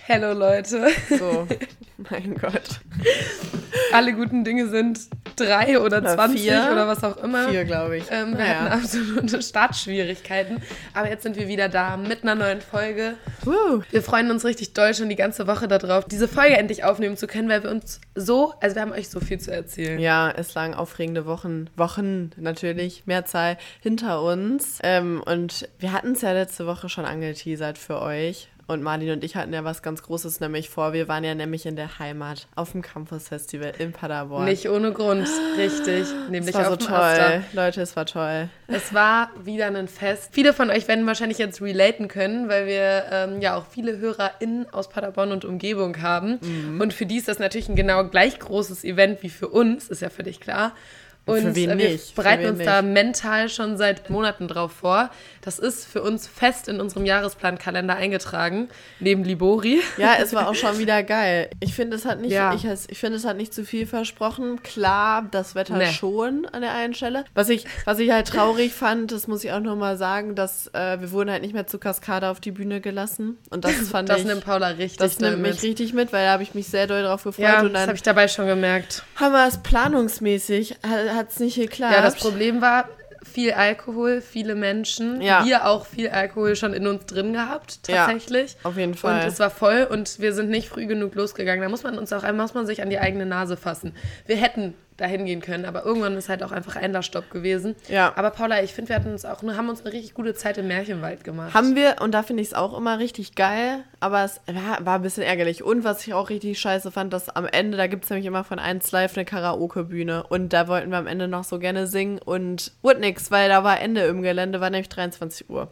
Hello Leute. So, mein Gott. Alle guten Dinge sind 3 oder 20 4, oder was auch immer. 4, glaube ich. Wir hatten absolute Startschwierigkeiten. Aber jetzt sind wir wieder da mit einer neuen Folge. Wir freuen uns richtig doll schon die ganze Woche darauf, diese Folge endlich aufnehmen zu können, weil wir uns wir haben euch so viel zu erzählen. Ja, es lagen aufregende Wochen natürlich, Mehrzahl hinter uns. Und wir hatten es ja letzte Woche schon angeteasert für euch. Und Marlin und ich hatten ja was ganz Großes nämlich vor. Wir waren ja nämlich in der Heimat auf dem Campus Festival in Paderborn. Nicht ohne Grund, richtig. Nämlich es war auf so dem toll. Aster. Leute, es war toll. Es war wieder ein Fest. Viele von euch werden wahrscheinlich jetzt relaten können, weil wir ja auch viele HörerInnen aus Paderborn und Umgebung haben. Mhm. Und für die ist das natürlich ein genau gleich großes Event wie für uns, ist ja völlig klar. Und für wen wir nicht? bereiten uns da mental schon seit Monaten drauf vor. Das ist für uns fest in unserem Jahresplankalender eingetragen, neben Libori. Ja, es war auch schon wieder geil. Ich finde, es hat nicht zu viel versprochen. Klar, das Wetter schon an der einen Stelle. Was ich halt traurig fand, das muss ich auch nochmal sagen, dass wir wurden halt nicht mehr zu Kaskade auf die Bühne gelassen. Und das fand das nimmt Paula richtig mit. Das nimmt mich richtig mit, weil da habe ich mich sehr doll drauf gefreut. Ja, und dann das habe ich dabei schon gemerkt. Haben wir es planungsmäßig, hat es nicht geklappt. Ja, das Problem war, viel Alkohol, viele Menschen. Ja. Wir auch viel Alkohol schon in uns drin gehabt, tatsächlich. Ja, auf jeden Fall. Und es war voll und wir sind nicht früh genug losgegangen. Da muss man sich an die eigene Nase fassen. Wir hätten dahin gehen können, aber irgendwann ist halt auch einfach Einlassstopp gewesen. Ja. Aber Paula, ich finde, wir haben uns eine richtig gute Zeit im Märchenwald gemacht. Haben wir, und da finde ich es auch immer richtig geil, aber es war ein bisschen ärgerlich. Und was ich auch richtig scheiße fand, dass am Ende, da gibt es nämlich immer von 1 Live eine Karaoke-Bühne und da wollten wir am Ende noch so gerne singen und wurde nix, weil da war Ende im Gelände, war nämlich 23 Uhr.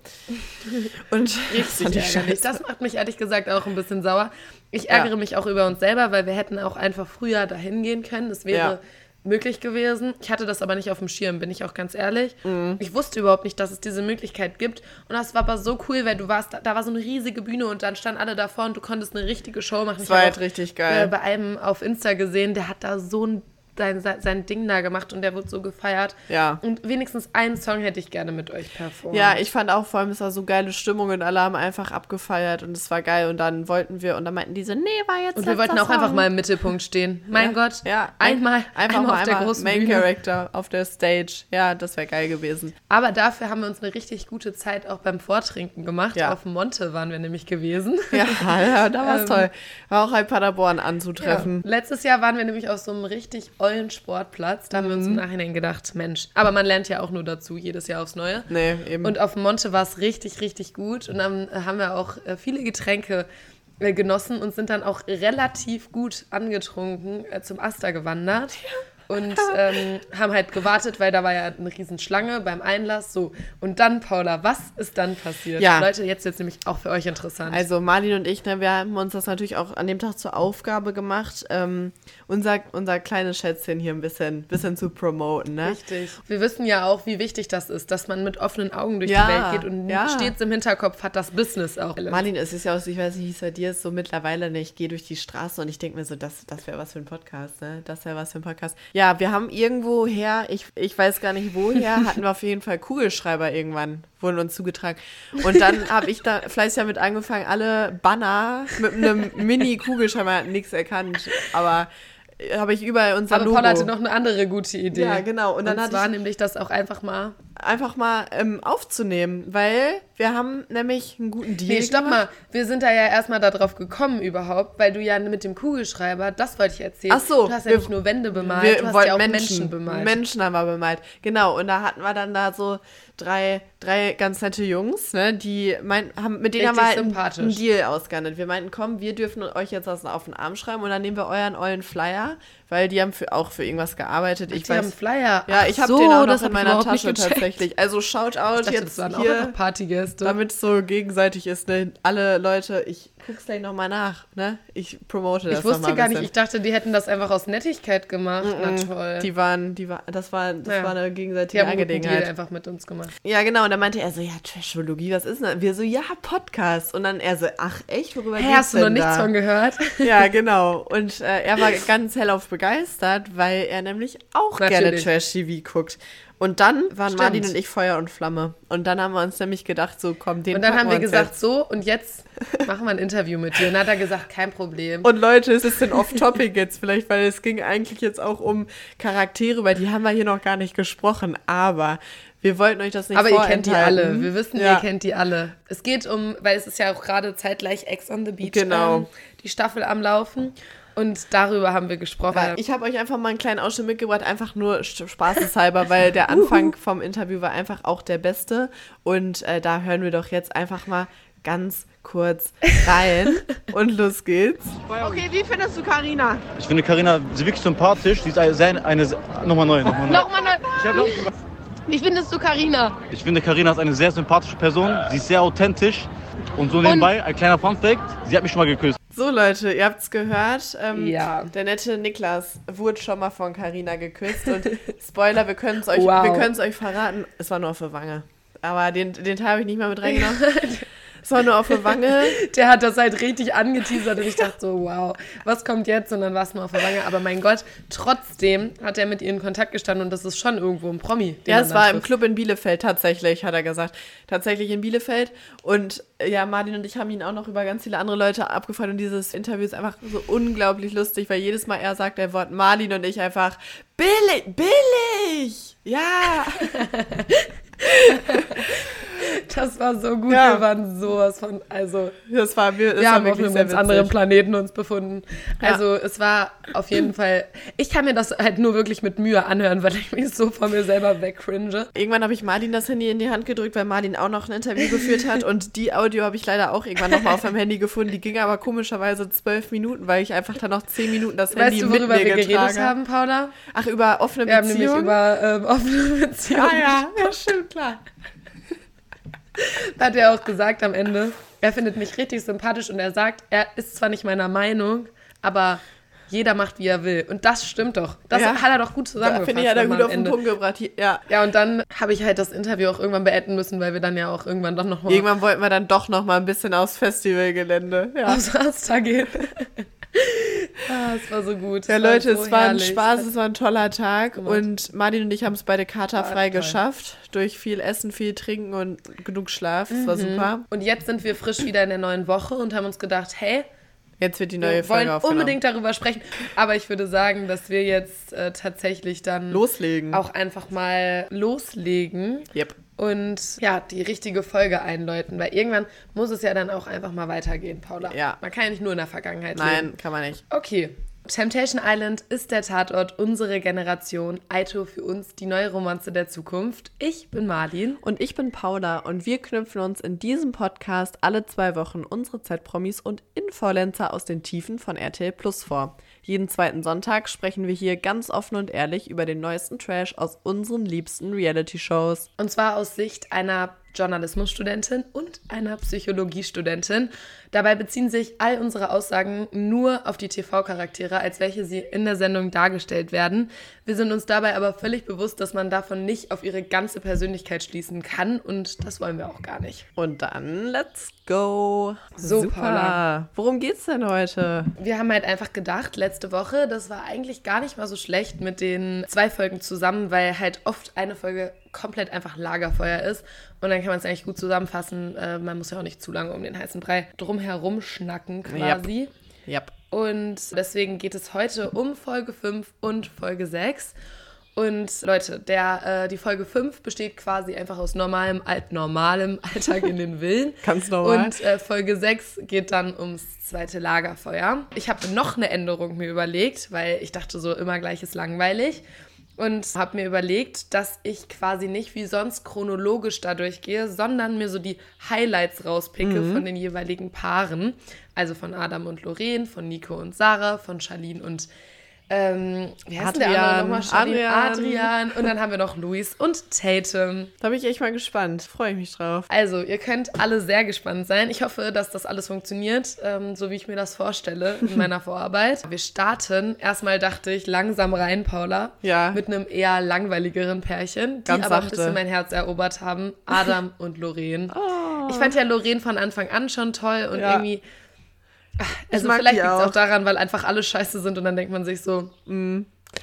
Und richtig ärgerlich. Das macht mich ehrlich gesagt auch ein bisschen sauer. Ich ärgere mich auch über uns selber, weil wir hätten auch einfach früher dahin gehen können. Das wäre möglich gewesen. Ich hatte das aber nicht auf dem Schirm, bin ich auch ganz ehrlich. Mhm. Ich wusste überhaupt nicht, dass es diese Möglichkeit gibt. Und das war aber so cool, weil da war so eine riesige Bühne und dann standen alle davor und du konntest eine richtige Show machen. Das war halt richtig geil. Bei einem auf Insta gesehen, der hat da so sein Ding da gemacht und der wird so gefeiert. Ja. Und wenigstens einen Song hätte ich gerne mit euch performt. Ja, ich fand auch vor allem, es war so geile Stimmung und alle haben einfach abgefeiert und es war geil und dann wollten wir und dann meinten die so, nee, war jetzt. Und wir wollten auch einfach mal im Mittelpunkt stehen. Mein Gott. Ja. Einmal auf der großen Main Bühne. Character auf der Stage. Ja, das wäre geil gewesen. Aber dafür haben wir uns eine richtig gute Zeit auch beim Vortrinken gemacht. Ja. Auf dem Monte waren wir nämlich gewesen. Ja, da war es toll. War auch halt Paderborn anzutreffen. Ja. Letztes Jahr waren wir nämlich auf so einem richtig ollen Sportplatz. Da haben wir uns im Nachhinein gedacht, Mensch, aber man lernt ja auch nur dazu, jedes Jahr aufs Neue. Nee, eben. Und auf dem Monte war es richtig, richtig gut. Und dann haben wir auch viele Getränke genossen und sind dann auch relativ gut angetrunken zum Aster gewandert. Und haben halt gewartet, weil da war ja eine Riesenschlange beim Einlass. So. Und dann, Paula, was ist dann passiert? Ja. Leute, jetzt wird es nämlich auch für euch interessant. Also Marlin und ich, wir haben uns das natürlich auch an dem Tag zur Aufgabe gemacht, unser kleines Schätzchen hier ein bisschen zu promoten. Ne? Richtig. Wir wissen ja auch, wie wichtig das ist, dass man mit offenen Augen durch die Welt geht und stets im Hinterkopf hat das Business auch. Marlin, es ist ja auch, ich weiß nicht, wie es bei dir ist, so mittlerweile, ich gehe durch die Straße und ich denke mir so, das wäre was für ein Podcast, ne? Das wäre was für ein Podcast. Ja, wir haben irgendwoher, ich weiß gar nicht woher, hatten wir auf jeden Fall Kugelschreiber irgendwann, wurden uns zugetragen. Und dann habe ich da fleißig damit angefangen, alle Banner mit einem Mini-Kugelschreiber, nichts erkannt, aber habe ich überall unser Logo. Aber Paula hatte noch eine andere gute Idee. Ja, genau. Und dann war nämlich das auch einfach mal aufzunehmen, weil wir haben nämlich einen guten Deal. Nee, stopp mal. Wir sind da ja erstmal darauf gekommen überhaupt, weil du ja mit dem Kugelschreiber, das wollte ich erzählen. Ach so. Du hast ja nicht nur Wände bemalt, du hast ja auch Menschen bemalt. Menschen haben wir bemalt. Genau. Und da hatten wir dann da so drei ganz nette Jungs, ne, mit denen richtig haben wir halt einen Deal ausgehandelt. Wir meinten, komm, wir dürfen euch jetzt was auf den Arm schreiben und dann nehmen wir euren ollen Flyer, weil die haben auch für irgendwas gearbeitet. Die haben einen Flyer? Ja, ich habe den auch noch in meiner Tasche tatsächlich. Also Shoutout jetzt das hier, Partygäste. damit es so gegenseitig ist. Ne? Alle Leute, ich guck's gleich nochmal nach. Ne? Ich promote das nochmal. Ich wusste gar nicht, ich dachte, die hätten das einfach aus Nettigkeit gemacht. Na toll. Das war eine gegenseitige Angelegenheit. Die haben einen einfach mit uns gemacht. Ja, genau. Und dann meinte er so, ja, Trashologie, was ist denn? Wir so, ja, Podcast. Und dann er so, ach echt, worüber geht's denn da? Hast du noch nichts von gehört? Ja, genau. Und er war ganz hellauf begeistert, weil er nämlich auch gerne Trash-TV guckt. Und dann waren Marlin und ich Feuer und Flamme. Und dann haben wir uns nämlich gedacht, so komm, den Und dann haben wir gesagt, so, und jetzt machen wir ein Interview Interview mit dir. Und dann hat er gesagt, kein Problem. Und Leute, es ist ein Off-Topic jetzt vielleicht, weil es ging eigentlich jetzt auch um Charaktere, über die haben wir hier noch gar nicht gesprochen, aber wir wollten euch das nicht vorenthalten. Aber ihr kennt die alle. Wir wissen, ihr kennt die alle. Es geht weil es ist ja auch gerade zeitgleich Ex on the Beach, die Staffel am Laufen. Und darüber haben wir gesprochen. Ich habe euch einfach mal einen kleinen Ausschnitt mitgebracht, einfach nur spaßeshalber, weil der Anfang vom Interview war einfach auch der beste. Und da hören wir doch jetzt einfach mal ganz kurz rein. Und los geht's. Okay, wie findest du Carina? Ich finde Carina wirklich sympathisch. Sie ist nochmal neu. Wie findest du Carina? Ich finde, Carina ist eine sehr sympathische Person. Sie ist sehr authentisch. Und so nebenbei, ein kleiner Funfact, sie hat mich schon mal geküsst. So Leute, ihr habt's gehört. Der nette Niklas wurde schon mal von Carina geküsst. Und Spoiler, wir können es euch verraten, es war nur auf der Wange. Aber den Teil habe ich nicht mal mit reingenommen. Es war nur auf der Wange. Der hat das halt richtig angeteasert und ich dachte so, wow, was kommt jetzt? Und dann war es nur auf der Wange. Aber mein Gott, trotzdem hat er mit ihr in Kontakt gestanden und das ist schon irgendwo ein Promi. Ja, es war im Club in Bielefeld tatsächlich, hat er gesagt. Tatsächlich in Bielefeld. Und ja, Martin und ich haben ihn auch noch über ganz viele andere Leute abgefragt und dieses Interview ist einfach so unglaublich lustig, weil jedes Mal er sagt ein Wort Martin und ich einfach billig, ja. Das war so gut, wir waren sowas von, wir haben auf einem ganz anderen Planeten uns befunden. Also es war auf jeden Fall, ich kann mir das halt nur wirklich mit Mühe anhören, weil ich mich so von mir selber wegcringe. Irgendwann habe ich Martin das Handy in die Hand gedrückt, weil Martin auch noch ein Interview geführt hat und die Audio habe ich leider auch irgendwann nochmal auf meinem Handy gefunden. Die ging aber komischerweise 12 Minuten, weil ich einfach dann noch 10 Minuten das Handy mit mir getragen habe. Weißt du, worüber wir geredet haben, Paula? Ach, über offene Beziehungen? Wir haben nämlich über offene Beziehungen. Ja, stimmt, klar. Hat er auch gesagt am Ende, er findet mich richtig sympathisch und er sagt, er ist zwar nicht meiner Meinung, aber jeder macht, wie er will. Und das stimmt doch. Das hat er doch gut zusammengefasst. Finde ich, hat er gut auf den Punkt gebracht. Ja, und dann habe ich halt das Interview auch irgendwann beenden müssen, weil wir dann ja auch irgendwann doch nochmal... Irgendwann wollten wir dann doch nochmal ein bisschen aufs Festivalgelände. Ja. Aufs Asta gehen. Es war so gut. Ja, Leute, es war ein Spaß, es war ein toller Tag und Martin und ich haben es beide katerfrei geschafft. Durch viel Essen, viel Trinken und genug Schlaf. Es war super. Und jetzt sind wir frisch wieder in der neuen Woche und haben uns gedacht, hey, jetzt wird die neue Folge aufgenommen. Wir wollen unbedingt darüber sprechen. Aber ich würde sagen, dass wir jetzt tatsächlich dann loslegen. Auch einfach mal loslegen. Yep. Und ja, die richtige Folge einläuten, weil irgendwann muss es ja dann auch einfach mal weitergehen, Paula. Ja. Man kann ja nicht nur in der Vergangenheit leben. Nein, kann man nicht. Okay. Temptation Island ist der Tatort unserer Generation. Aito für uns die neue Romanze der Zukunft. Ich bin Marlin. Und ich bin Paula und wir knüpfen uns in diesem Podcast alle 2 Wochen unsere Z-Promis und Influencer aus den Tiefen von RTL Plus vor. Jeden 2. Sonntag sprechen wir hier ganz offen und ehrlich über den neuesten Trash aus unseren liebsten Reality-Shows. Und zwar aus Sicht einer Journalismusstudentin und einer Psychologiestudentin. Dabei beziehen sich all unsere Aussagen nur auf die TV-Charaktere, als welche sie in der Sendung dargestellt werden. Wir sind uns dabei aber völlig bewusst, dass man davon nicht auf ihre ganze Persönlichkeit schließen kann und das wollen wir auch gar nicht. Und dann let's go. So, super. Paula. Worum geht's denn heute? Wir haben halt einfach gedacht, letzte Woche, das war eigentlich gar nicht mal so schlecht mit den 2 Folgen zusammen, weil halt oft eine Folge komplett einfach Lagerfeuer ist und dann kann man es eigentlich gut zusammenfassen. Man muss ja auch nicht zu lange um den heißen Brei drumherum schnacken quasi. Yep. Und deswegen geht es heute um Folge 5 und Folge 6. Und Leute, die Folge 5 besteht quasi einfach aus normalem Alltag in den Villen. Ganz normal. Und Folge 6 geht dann ums zweite Lagerfeuer. Ich habe noch eine Änderung mir überlegt, weil ich dachte so, immer gleich ist langweilig. Und habe mir überlegt, dass ich quasi nicht wie sonst chronologisch da durchgehe, sondern mir so die Highlights rauspicke von den jeweiligen Paaren. Also von Adam und Lorraine, von Nico und Sarah, von Charlene und wie heißt der andere nochmal? Adrian. Und dann haben wir noch Luis und Tatum. Da bin ich echt mal gespannt. Freue ich mich drauf. Also, ihr könnt alle sehr gespannt sein. Ich hoffe, dass das alles funktioniert, so wie ich mir das vorstelle in meiner Vorarbeit. Wir starten. Erstmal dachte ich langsam rein, Paula. Ja. Mit einem eher langweiligeren Pärchen, die Ganz aber sachte. ein bisschen mein Herz erobert haben. Adam und Lorraine. Oh. Ich fand ja Lorraine von Anfang an schon toll und irgendwie... Also mag vielleicht die liegt es auch. auch daran, weil einfach alle scheiße sind und dann denkt man sich so,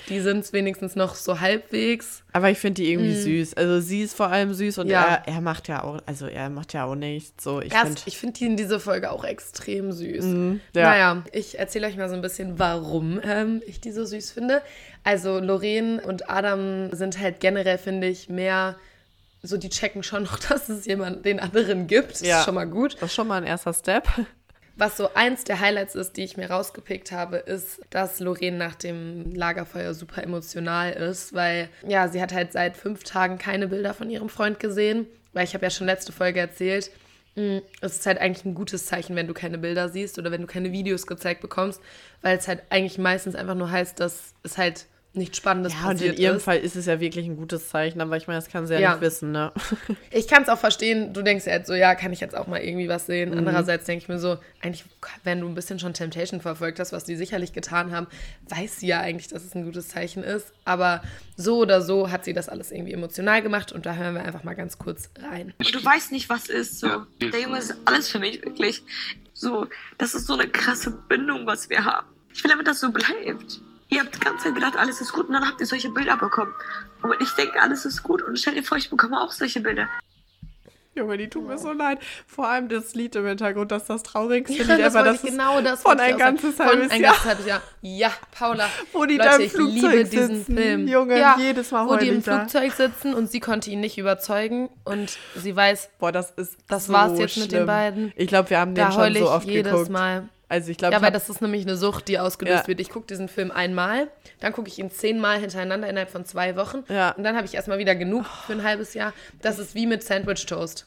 Die sind es wenigstens noch so halbwegs. Aber ich finde die irgendwie süß. Also sie ist vor allem süß und Ja. er macht ja auch nichts. So, Ich finde die in dieser Folge auch extrem süß. ja. Naja, ich erzähle euch mal so ein bisschen, warum ich die so süß finde. Also Lorraine und Adam sind halt generell, finde ich, mehr so, die checken schon noch, dass es jemand den anderen gibt. Das ist schon mal gut. Das ist schon mal ein erster Step. Was so eins der Highlights ist, die ich mir rausgepickt habe, ist, dass Lorraine nach dem Lagerfeuer super emotional ist, weil, ja, sie hat halt seit 5 Tagen keine Bilder von ihrem Freund gesehen, weil ich habe ja schon letzte Folge erzählt, es ist halt eigentlich ein gutes Zeichen, wenn du keine Bilder siehst oder wenn du keine Videos gezeigt bekommst, weil es halt eigentlich meistens einfach nur heißt, dass es halt nichts Spannendes Ja, und passiert in ihrem ist. Fall ist es ja wirklich ein gutes Zeichen, aber ich meine, das kann sie ja nicht wissen, ne? Ich kann es auch verstehen, du denkst ja halt so, ja, kann ich jetzt auch mal irgendwie was sehen. Andererseits denke ich mir so, eigentlich, wenn du ein bisschen schon Temptation verfolgt hast, was die sicherlich getan haben, weiß sie ja eigentlich, dass es ein gutes Zeichen ist. Aber so oder so hat sie das alles irgendwie emotional gemacht und da hören wir einfach mal ganz kurz rein. Du weißt nicht, was ist. So. Der Junge ist alles für mich, wirklich. So, das ist so eine krasse Bindung, was wir haben. Ich will einfach, dass es so bleibt. Ihr habt die ganze Zeit gedacht, alles ist gut und dann habt ihr solche Bilder bekommen. Und ich denke, alles ist gut und stell dir vor, ich bekomme auch solche Bilder. Junge, die tut mir so leid. Vor allem das Lied im Hintergrund, das ist das Traurigste Ja, Lied das ever. wollte ich genau das von wollte ich ein auch ganzes sagen. halbes Von ein Jahr. ganzes halbes Jahr. Ja, Paula. Wo die Leute, da im ich Flugzeug liebe diesen sitzen. Film. Junge, ja, jedes Mal wo die heul im ich da. Flugzeug sitzen und sie konnte ihn nicht überzeugen und sie weiß, Boah, das ist das so war's jetzt schlimm. mit den beiden. Ich glaube, wir haben den da schon heule so ich oft jedes geguckt. Mal. Also ich glaube, Ja, weil das ist nämlich eine Sucht, die ausgelöst Ja. wird. Ich gucke diesen Film einmal, dann gucke ich ihn 10 Mal hintereinander innerhalb von 2 Wochen. Ja. Und dann habe ich erstmal wieder genug für ein halbes Jahr. Das ist wie mit Sandwich Toast.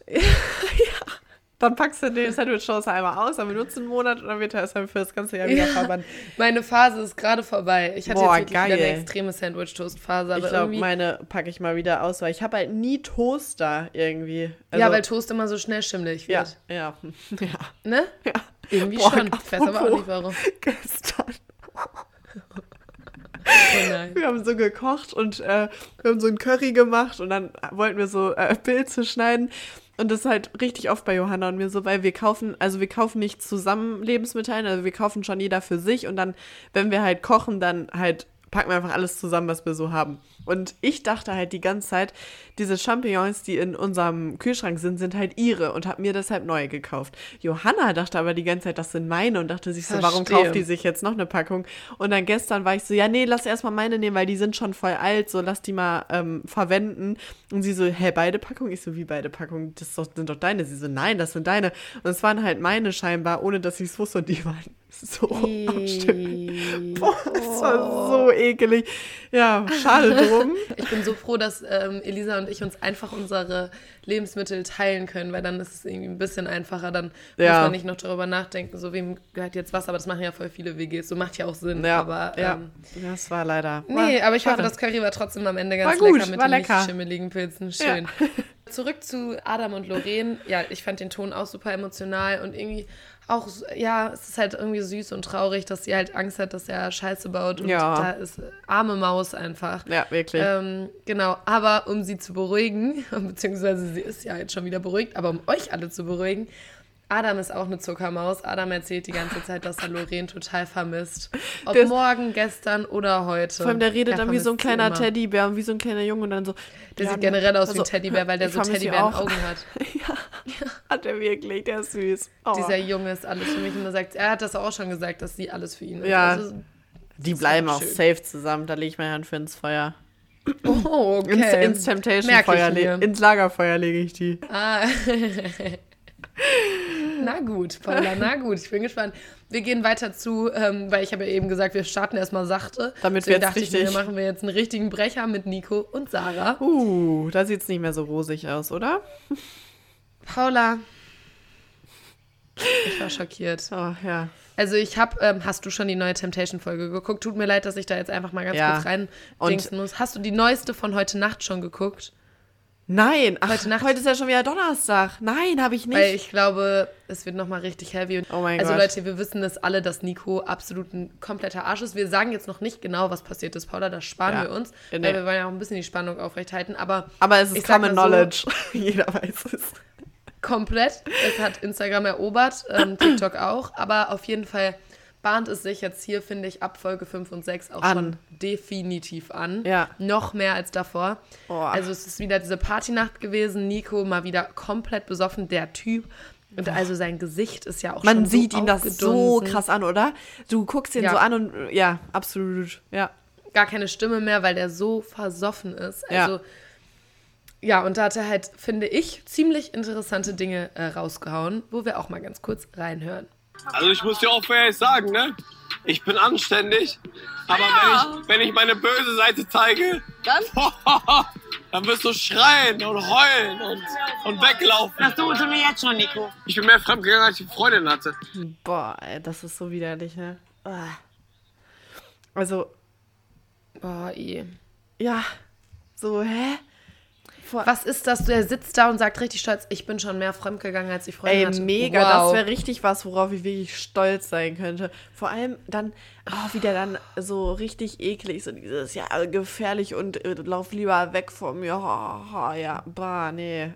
dann packst du den Sandwich-Toaster einmal aus, dann benutzt du einen Monat und dann wird er erstmal für das ganze Jahr wieder verbannt. Meine Phase ist gerade vorbei. Ich hatte Boah, jetzt wirklich wieder geil. eine extreme Sandwich-Toast-Phase. Aber Ich glaube, irgendwie, meine packe ich mal wieder aus, weil ich habe halt nie Toaster irgendwie. ja, weil Toast immer so schnell schimmelig ja, wird. ja, ja. Ne? Ja. Irgendwie Boah, schon. Ich weiß aber auch nicht, warum. Gestern. Oh nein. Wir haben so gekocht und wir haben so ein Curry gemacht und dann wollten wir so Pilze schneiden. Und das ist halt richtig oft bei Johanna und mir so, weil wir kaufen nicht zusammen Lebensmittel ein, also wir kaufen schon jeder für sich und dann, wenn wir halt kochen, dann halt packen wir einfach alles zusammen, was wir so haben. Und ich dachte halt die ganze Zeit, diese Champignons, die in unserem Kühlschrank sind halt ihre und habe mir deshalb neue gekauft. Johanna dachte aber die ganze Zeit, das sind meine und dachte sich so, warum Verstehe. kauft die sich jetzt noch eine Packung? Und dann gestern war ich so, ja nee, lass erstmal meine nehmen, weil die sind schon voll alt, so lass die mal verwenden. Und sie so, hä, beide Packungen? Ich so, wie beide Packungen? Sind doch deine. Sie so, nein, das sind deine. Und es waren halt meine scheinbar, ohne dass ich es wusste und die waren so am Stück. Boah, das war so ekelig. Ja, schade drum. Ich bin so froh, dass Elisa und ich uns einfach unsere Lebensmittel teilen können, weil dann ist es irgendwie ein bisschen einfacher. Dann muss man nicht noch darüber nachdenken, so wem gehört jetzt was. Aber das machen ja voll viele WGs. So macht ja auch Sinn. Ja, aber das war leider. nee, aber ich schade. hoffe, das Curry war trotzdem am Ende ganz War gut, lecker mit war den lecker. nicht schimmeligen Pilzen. Schön. Zurück zu Adam und Lorraine. Ja, ich fand den Ton auch super emotional und irgendwie auch, ja, es ist halt irgendwie süß und traurig, dass sie halt Angst hat, dass er Scheiße baut und da ist arme Maus einfach. Ja, wirklich. Genau, aber um sie zu beruhigen, beziehungsweise sie ist ja jetzt schon wieder beruhigt, aber um euch alle zu beruhigen, Adam ist auch eine Zuckermaus. Adam erzählt die ganze Zeit, dass er Lorraine total vermisst. Ob morgen, gestern oder heute. Vor allem, der redet dann wie so ein vermisst sie kleiner immer. Teddybär und wie so ein kleiner Junge und dann so. Der sieht generell aus wie ein Teddybär, weil der ich so vermisse sie Teddybär-Augen hat. ja, hat er wirklich, der ist süß. Oh. Dieser Junge ist alles für mich. Und er hat das auch schon gesagt, dass sie alles für ihn ist. Ja, Also, die bleiben auch schön. safe zusammen, da lege ich meine Hand für ins Feuer. oh, okay. Ins Merke Temptation-Feuer, ich mir. ins Lagerfeuer lege ich die. Ah. Na gut, Paula, na gut, ich bin gespannt. Wir gehen weiter zu, weil ich habe ja eben gesagt, wir starten erstmal sachte. Damit Deswegen wir jetzt dachte ich mir, richtig- machen wir jetzt einen richtigen Brecher mit Nico und Sarah. Da sieht es nicht mehr so rosig aus, oder? Paula, ich war schockiert. Oh, ja. Also ich habe, hast du schon die neue Temptation-Folge geguckt? Tut mir leid, dass ich da jetzt einfach mal ganz kurz rein dingsen muss. Hast du die neueste von heute Nacht schon geguckt? Nein, ach, Heute Nacht- heute ist ja schon wieder Donnerstag. Nein, habe ich nicht. Weil ich glaube, es wird nochmal richtig heavy. Und Oh mein also Gott. Leute, wir wissen das alle, dass Nico absolut ein kompletter Arsch ist. Wir sagen jetzt noch nicht genau, was passiert ist, Paula, das sparen Ja. wir uns. Nee. Weil wir wollen ja auch ein bisschen die Spannung aufrechthalten. Aber Aber es ist ich sag Common mal so, Knowledge. Jeder weiß es. komplett. Es hat Instagram erobert, TikTok auch. Aber auf jeden Fall bahnt es sich jetzt hier, finde ich, ab Folge 5 und 6 auch schon definitiv an. Ja. Noch mehr als davor. Oh. Also es ist wieder diese Partynacht gewesen. Nico mal wieder komplett besoffen, der Typ. Und also sein Gesicht ist ja auch Man schon sieht so ihm das so aufgedunsen. krass an, oder? Du guckst ihn so an und ja, absolut, ja. Gar keine Stimme mehr, weil der so versoffen ist. Also ja, und da hat er halt, finde ich, ziemlich interessante Dinge rausgehauen, wo wir auch mal ganz kurz reinhören. Also ich muss dir auch ehrlich sagen, ne? Ich bin anständig, aber wenn ich meine böse Seite zeige, dann wirst du schreien und heulen und weglaufen. Das tust du mir jetzt schon, Nico. Ich bin mehr fremdgegangen, als ich eine Freundin hatte. Boah, ey, das ist so widerlich, ne? Also, Boah, ja, so, hä? Was ist das? Der sitzt da und sagt richtig stolz, ich bin schon mehr fremdgegangen, als ich Freunde hatte. Ey, mega, wow. das wäre richtig was, worauf ich wirklich stolz sein könnte. Vor allem dann, wie der dann so richtig eklig, so dieses, ja, gefährlich und lauf lieber weg von mir. Ja, bah, nee.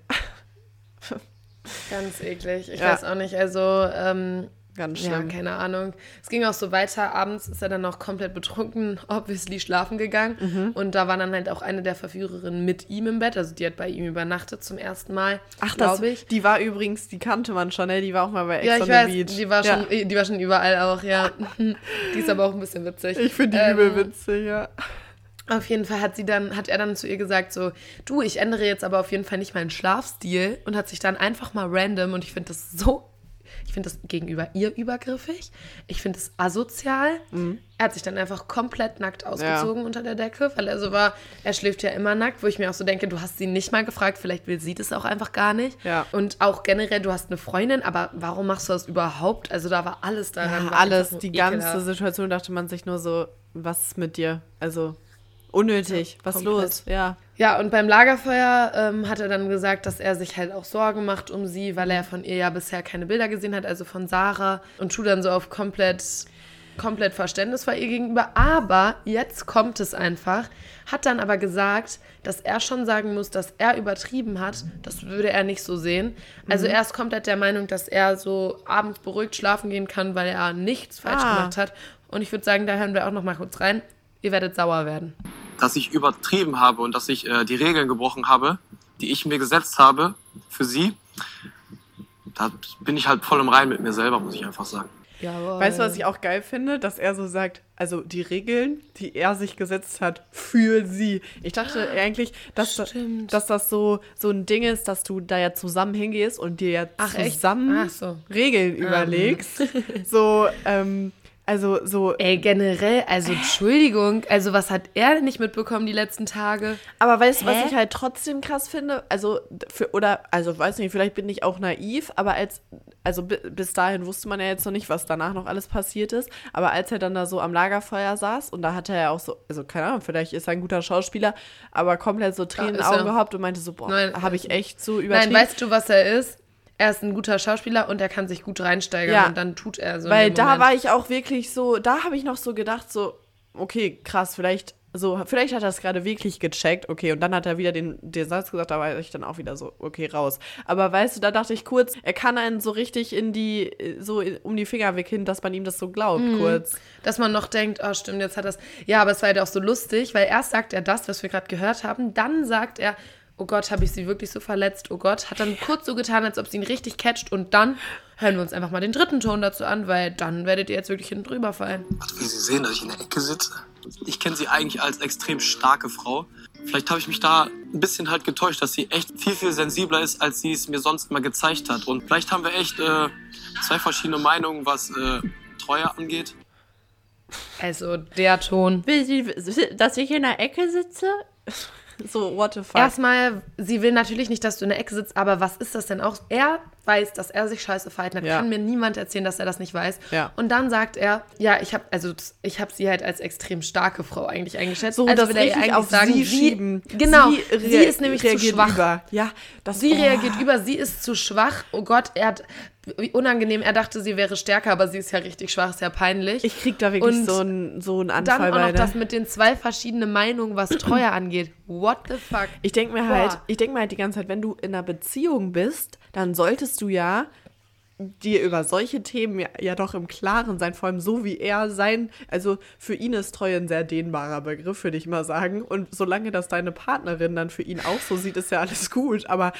Ganz eklig. Ich weiß auch nicht, also, ganz ja, schlimm. keine Ahnung. Es ging auch so weiter. Abends ist er dann noch komplett betrunken, obviously schlafen gegangen. Und da war dann halt auch eine der Verführerinnen mit ihm im Bett. Also die hat bei ihm übernachtet zum ersten Mal, glaube ich. Die war übrigens, die kannte man schon, ne? Die war auch mal bei Ex Ja, on ich the weiß, Beach. die war schon überall auch, ja. Die ist aber auch ein bisschen witzig. Ich finde die übel witzig, ja. Auf jeden Fall hat er dann zu ihr gesagt so, du, ich ändere jetzt aber auf jeden Fall nicht meinen Schlafstil und hat sich dann einfach mal random, und ich finde das gegenüber ihr übergriffig, ich finde das asozial. Er hat sich dann einfach komplett nackt ausgezogen unter der Decke, weil er so war, er schläft ja immer nackt, wo ich mir auch so denke, du hast sie nicht mal gefragt, vielleicht will sie das auch einfach gar nicht. Ja. Und auch generell, du hast eine Freundin, aber warum machst du das überhaupt? Also da war alles daran. Ja, war alles, einfach nur die ganze ekelhaft. Situation dachte man sich nur so, was ist mit dir? Also, unnötig, was komplett. los? Ja. Ja, und beim Lagerfeuer hat er dann gesagt, dass er sich halt auch Sorgen macht um sie, weil er von ihr ja bisher keine Bilder gesehen hat, also von Sarah, und tut dann so auf komplett Verständnis vor ihr gegenüber. Aber jetzt kommt es einfach, hat dann aber gesagt, dass er schon sagen muss, dass er übertrieben hat. Das würde er nicht so sehen. Also er ist komplett der Meinung, dass er so abends beruhigt schlafen gehen kann, weil er nichts falsch gemacht hat. Und ich würde sagen, da hören wir auch noch mal kurz rein. Ihr werdet sauer werden. Dass ich übertrieben habe und dass ich die Regeln gebrochen habe, die ich mir gesetzt habe für sie, da bin ich halt voll im Reinen mit mir selber, muss ich einfach sagen. Jawohl. Weißt du, was ich auch geil finde? Dass er so sagt, also die Regeln, die er sich gesetzt hat für sie. Ich dachte eigentlich, dass das so ein Ding ist, dass du da ja zusammen hingehst und dir ja zusammen Regeln überlegst. So, also so. Ey, generell, also Entschuldigung, also was hat er nicht mitbekommen die letzten Tage? Aber weißt du, was ich halt trotzdem krass finde? Also, weiß nicht, vielleicht bin ich auch naiv, aber bis dahin wusste man ja jetzt noch nicht, was danach noch alles passiert ist. Aber als er dann da so am Lagerfeuer saß, und da hat er ja auch so, also keine Ahnung, vielleicht ist er ein guter Schauspieler, aber komplett so Tränen in den Augen gehabt und meinte so, boah, habe ich echt so übertrieben. Nein, weißt du, was er ist? Er ist ein guter Schauspieler und er kann sich gut reinsteigern und dann tut er so. Weil da war ich auch wirklich so, da habe ich noch so gedacht, so, okay, krass, vielleicht hat er es gerade wirklich gecheckt, okay, und dann hat er wieder den Satz gesagt, da war ich dann auch wieder so, okay, raus. Aber weißt du, da dachte ich kurz, er kann einen so richtig um die Finger wickeln, dass man ihm das so glaubt, kurz. Dass man noch denkt, oh stimmt, jetzt hat das, ja, aber es war halt auch so lustig, weil erst sagt er das, was wir gerade gehört haben, dann sagt er, oh Gott, habe ich sie wirklich so verletzt, oh Gott, hat dann kurz so getan, als ob sie ihn richtig catcht, und dann hören wir uns einfach mal den dritten Ton dazu an, weil dann werdet ihr jetzt wirklich hinten drüber fallen. Wie Sie sehen, dass ich in der Ecke sitze. Ich kenne sie eigentlich als extrem starke Frau. Vielleicht habe ich mich da ein bisschen halt getäuscht, dass sie echt viel, viel sensibler ist, als sie es mir sonst mal gezeigt hat. Und vielleicht haben wir echt zwei verschiedene Meinungen, was Treue angeht. Also der Ton. Will sie, dass ich in der Ecke sitze? So, what the fuck? Erstmal, sie will natürlich nicht, dass du in der Ecke sitzt, aber was ist das denn auch? Er weiß, dass er sich scheiße verhalten hat. Kann mir niemand erzählen, dass er das nicht weiß. Ja. Und dann sagt er, ja, ich hab sie halt als extrem starke Frau eigentlich eingeschätzt. So, also das richtig auf sie schieben. Genau, sie ist nämlich zu schwach. Über. Ja, sie reagiert über, sie ist zu schwach. Oh Gott, wie unangenehm. Er dachte, sie wäre stärker, aber sie ist ja richtig schwach, ist ja peinlich. Ich krieg da wirklich so einen Anfall. Dann auch noch das mit den zwei verschiedenen Meinungen, was Treue angeht. What the fuck? Ich denke mir halt die ganze Zeit, wenn du in einer Beziehung bist, dann solltest du ja dir über solche Themen ja doch im Klaren sein, vor allem so wie er sein, also für ihn ist Treue ein sehr dehnbarer Begriff, würde ich mal sagen. Und solange das deine Partnerin dann für ihn auch so sieht, ist ja alles gut. Aber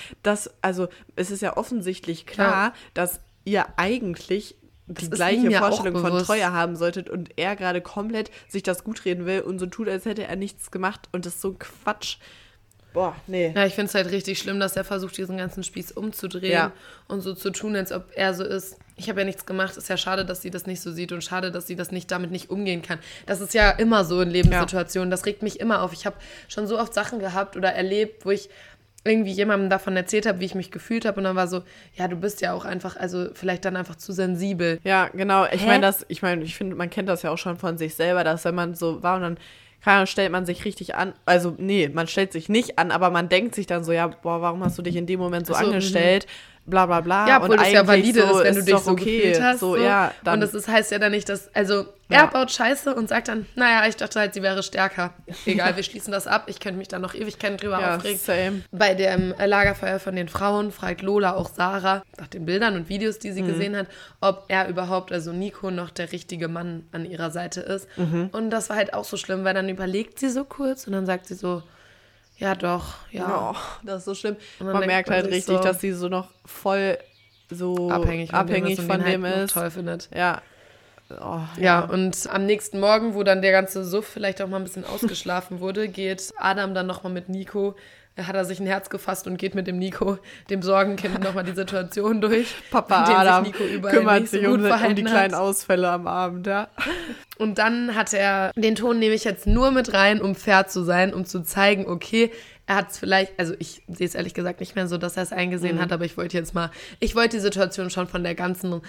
es ist ja offensichtlich klar, dass ihr eigentlich die gleiche Vorstellung von Treue haben solltet und er gerade komplett sich das gut reden will und so tut, als hätte er nichts gemacht und das ist so Quatsch. Boah, nee. Ja, ich finde es halt richtig schlimm, dass er versucht, diesen ganzen Spieß umzudrehen und so zu tun, als ob er so ist. Ich habe ja nichts gemacht. Ist ja schade, dass sie das nicht so sieht und schade, dass sie damit nicht umgehen kann. Das ist ja immer so in Lebenssituationen. Das regt mich immer auf. Ich habe schon so oft Sachen gehabt oder erlebt, wo ich irgendwie jemandem davon erzählt habe, wie ich mich gefühlt habe und dann war so, ja, du bist ja auch einfach, also vielleicht dann einfach zu sensibel. Ja, genau. Ich finde, man kennt das ja auch schon von sich selber, dass wenn man so war und dann stellt man sich richtig an, also nee, man stellt sich nicht an, aber man denkt sich dann so, ja, boah, warum hast du dich in dem Moment so angestellt? Bla bla bla. Ja, obwohl und das ja valide so, ist, wenn du dich so okay gefühlt hast. So, ja, dann, und das heißt ja dann nicht, dass, also er baut Scheiße und sagt dann, naja, ich dachte halt, sie wäre stärker. Egal, wir schließen das ab. Ich könnte mich da noch Ewigkeiten drüber aufregen. Same. Bei dem Lagerfeuer von den Frauen fragt Lola auch Sarah nach den Bildern und Videos, die sie gesehen hat, ob er überhaupt, also Nico, noch der richtige Mann an ihrer Seite ist. Und das war halt auch so schlimm, weil dann überlegt sie so kurz und dann sagt sie so, ja doch, ja. Oh, das ist so schlimm. Und Man merkt halt richtig, so, dass sie so noch voll so abhängig von dem halt ist. Toll findet. Ja. Oh, ja, und am nächsten Morgen, wo dann der ganze Suff vielleicht auch mal ein bisschen ausgeschlafen wurde, geht Adam dann nochmal mit Nico, hat er sich ein Herz gefasst und geht mit dem Nico, dem Sorgenkind, nochmal die Situation durch. Papa Adam kümmert sich um die kleinen Ausfälle am Abend, ja. Und dann hat er, den Ton nehme ich jetzt nur mit rein, um fair zu sein, um zu zeigen, okay, er hat es vielleicht, also ich sehe es ehrlich gesagt nicht mehr so, dass er es eingesehen hat, aber ich wollte die Situation schon von der ganzen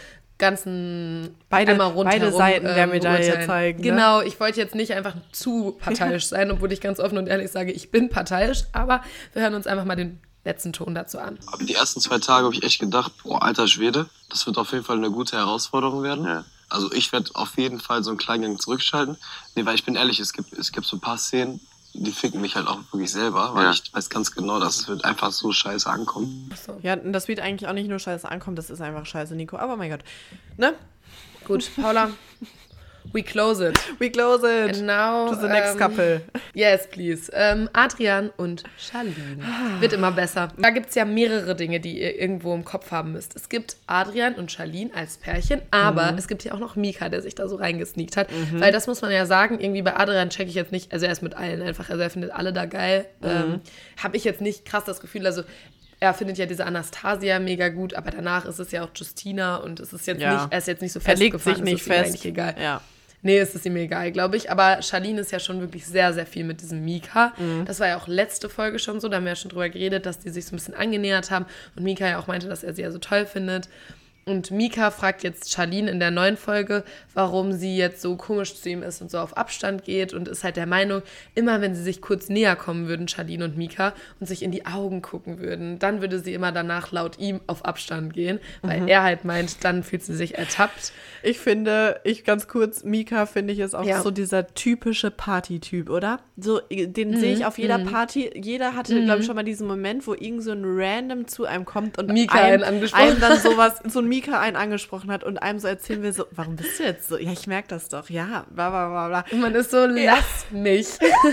beide Seiten der Medaille zeigen. Genau, ich wollte jetzt nicht einfach zu parteiisch sein, obwohl ich ganz offen und ehrlich sage, ich bin parteiisch, aber wir hören uns einfach mal den letzten Ton dazu an. Aber die ersten 2 Tage habe ich echt gedacht, boah, alter Schwede, das wird auf jeden Fall eine gute Herausforderung werden. Ja. Also ich werde auf jeden Fall so einen kleinen Gang zurückschalten. Nee, weil ich bin ehrlich, es gibt so ein paar Szenen, die ficken mich halt auch wirklich selber, weil ich weiß ganz genau, dass es wird einfach so scheiße ankommen. So. Ja, das wird eigentlich auch nicht nur scheiße ankommen, das ist einfach scheiße, Nico. Aber mein Gott, ne? Gut, Paula, we close it. We close it. And now, to the next couple. Yes, please. Adrian und Charlene. Wird immer besser. Da gibt es ja mehrere Dinge, die ihr irgendwo im Kopf haben müsst. Es gibt Adrian und Charlene als Pärchen, aber es gibt ja auch noch Mika, der sich da so reingesneakt hat. Weil das muss man ja sagen, irgendwie bei Adrian checke ich jetzt nicht, also er ist mit allen einfach, also er findet alle da geil. Habe ich jetzt nicht krass das Gefühl, also er findet ja diese Anastasia mega gut, aber danach ist es ja auch Justina und es ist jetzt nicht, er ist jetzt nicht so festgefahren. Er legt sich nicht fest. Eigentlich egal. Ja. Nee, es ist ihm egal, glaube ich. Aber Charlene ist ja schon wirklich sehr, sehr viel mit diesem Mika. Das war ja auch letzte Folge schon so. Da haben wir ja schon drüber geredet, dass die sich so ein bisschen angenähert haben. Und Mika ja auch meinte, dass er sie ja so toll findet. Und Mika fragt jetzt Charlene in der neuen Folge, warum sie jetzt so komisch zu ihm ist und so auf Abstand geht und ist halt der Meinung, immer wenn sie sich kurz näher kommen würden, Charlene und Mika, und sich in die Augen gucken würden, dann würde sie immer danach laut ihm auf Abstand gehen, weil er halt meint, dann fühlt sie sich ertappt. Ganz kurz, Mika finde ich ist auch so dieser typische Party-Typ, oder? So, den sehe ich auf jeder Party. Jeder hatte, glaube ich, schon mal diesen Moment, wo irgend so ein Random zu einem kommt und Mika einem dann so ein Mika einen angesprochen hat und einem so erzählen will, so, warum bist du jetzt so? Ja, ich merke das doch, ja, bla bla bla bla. Und man ist so, lass mich.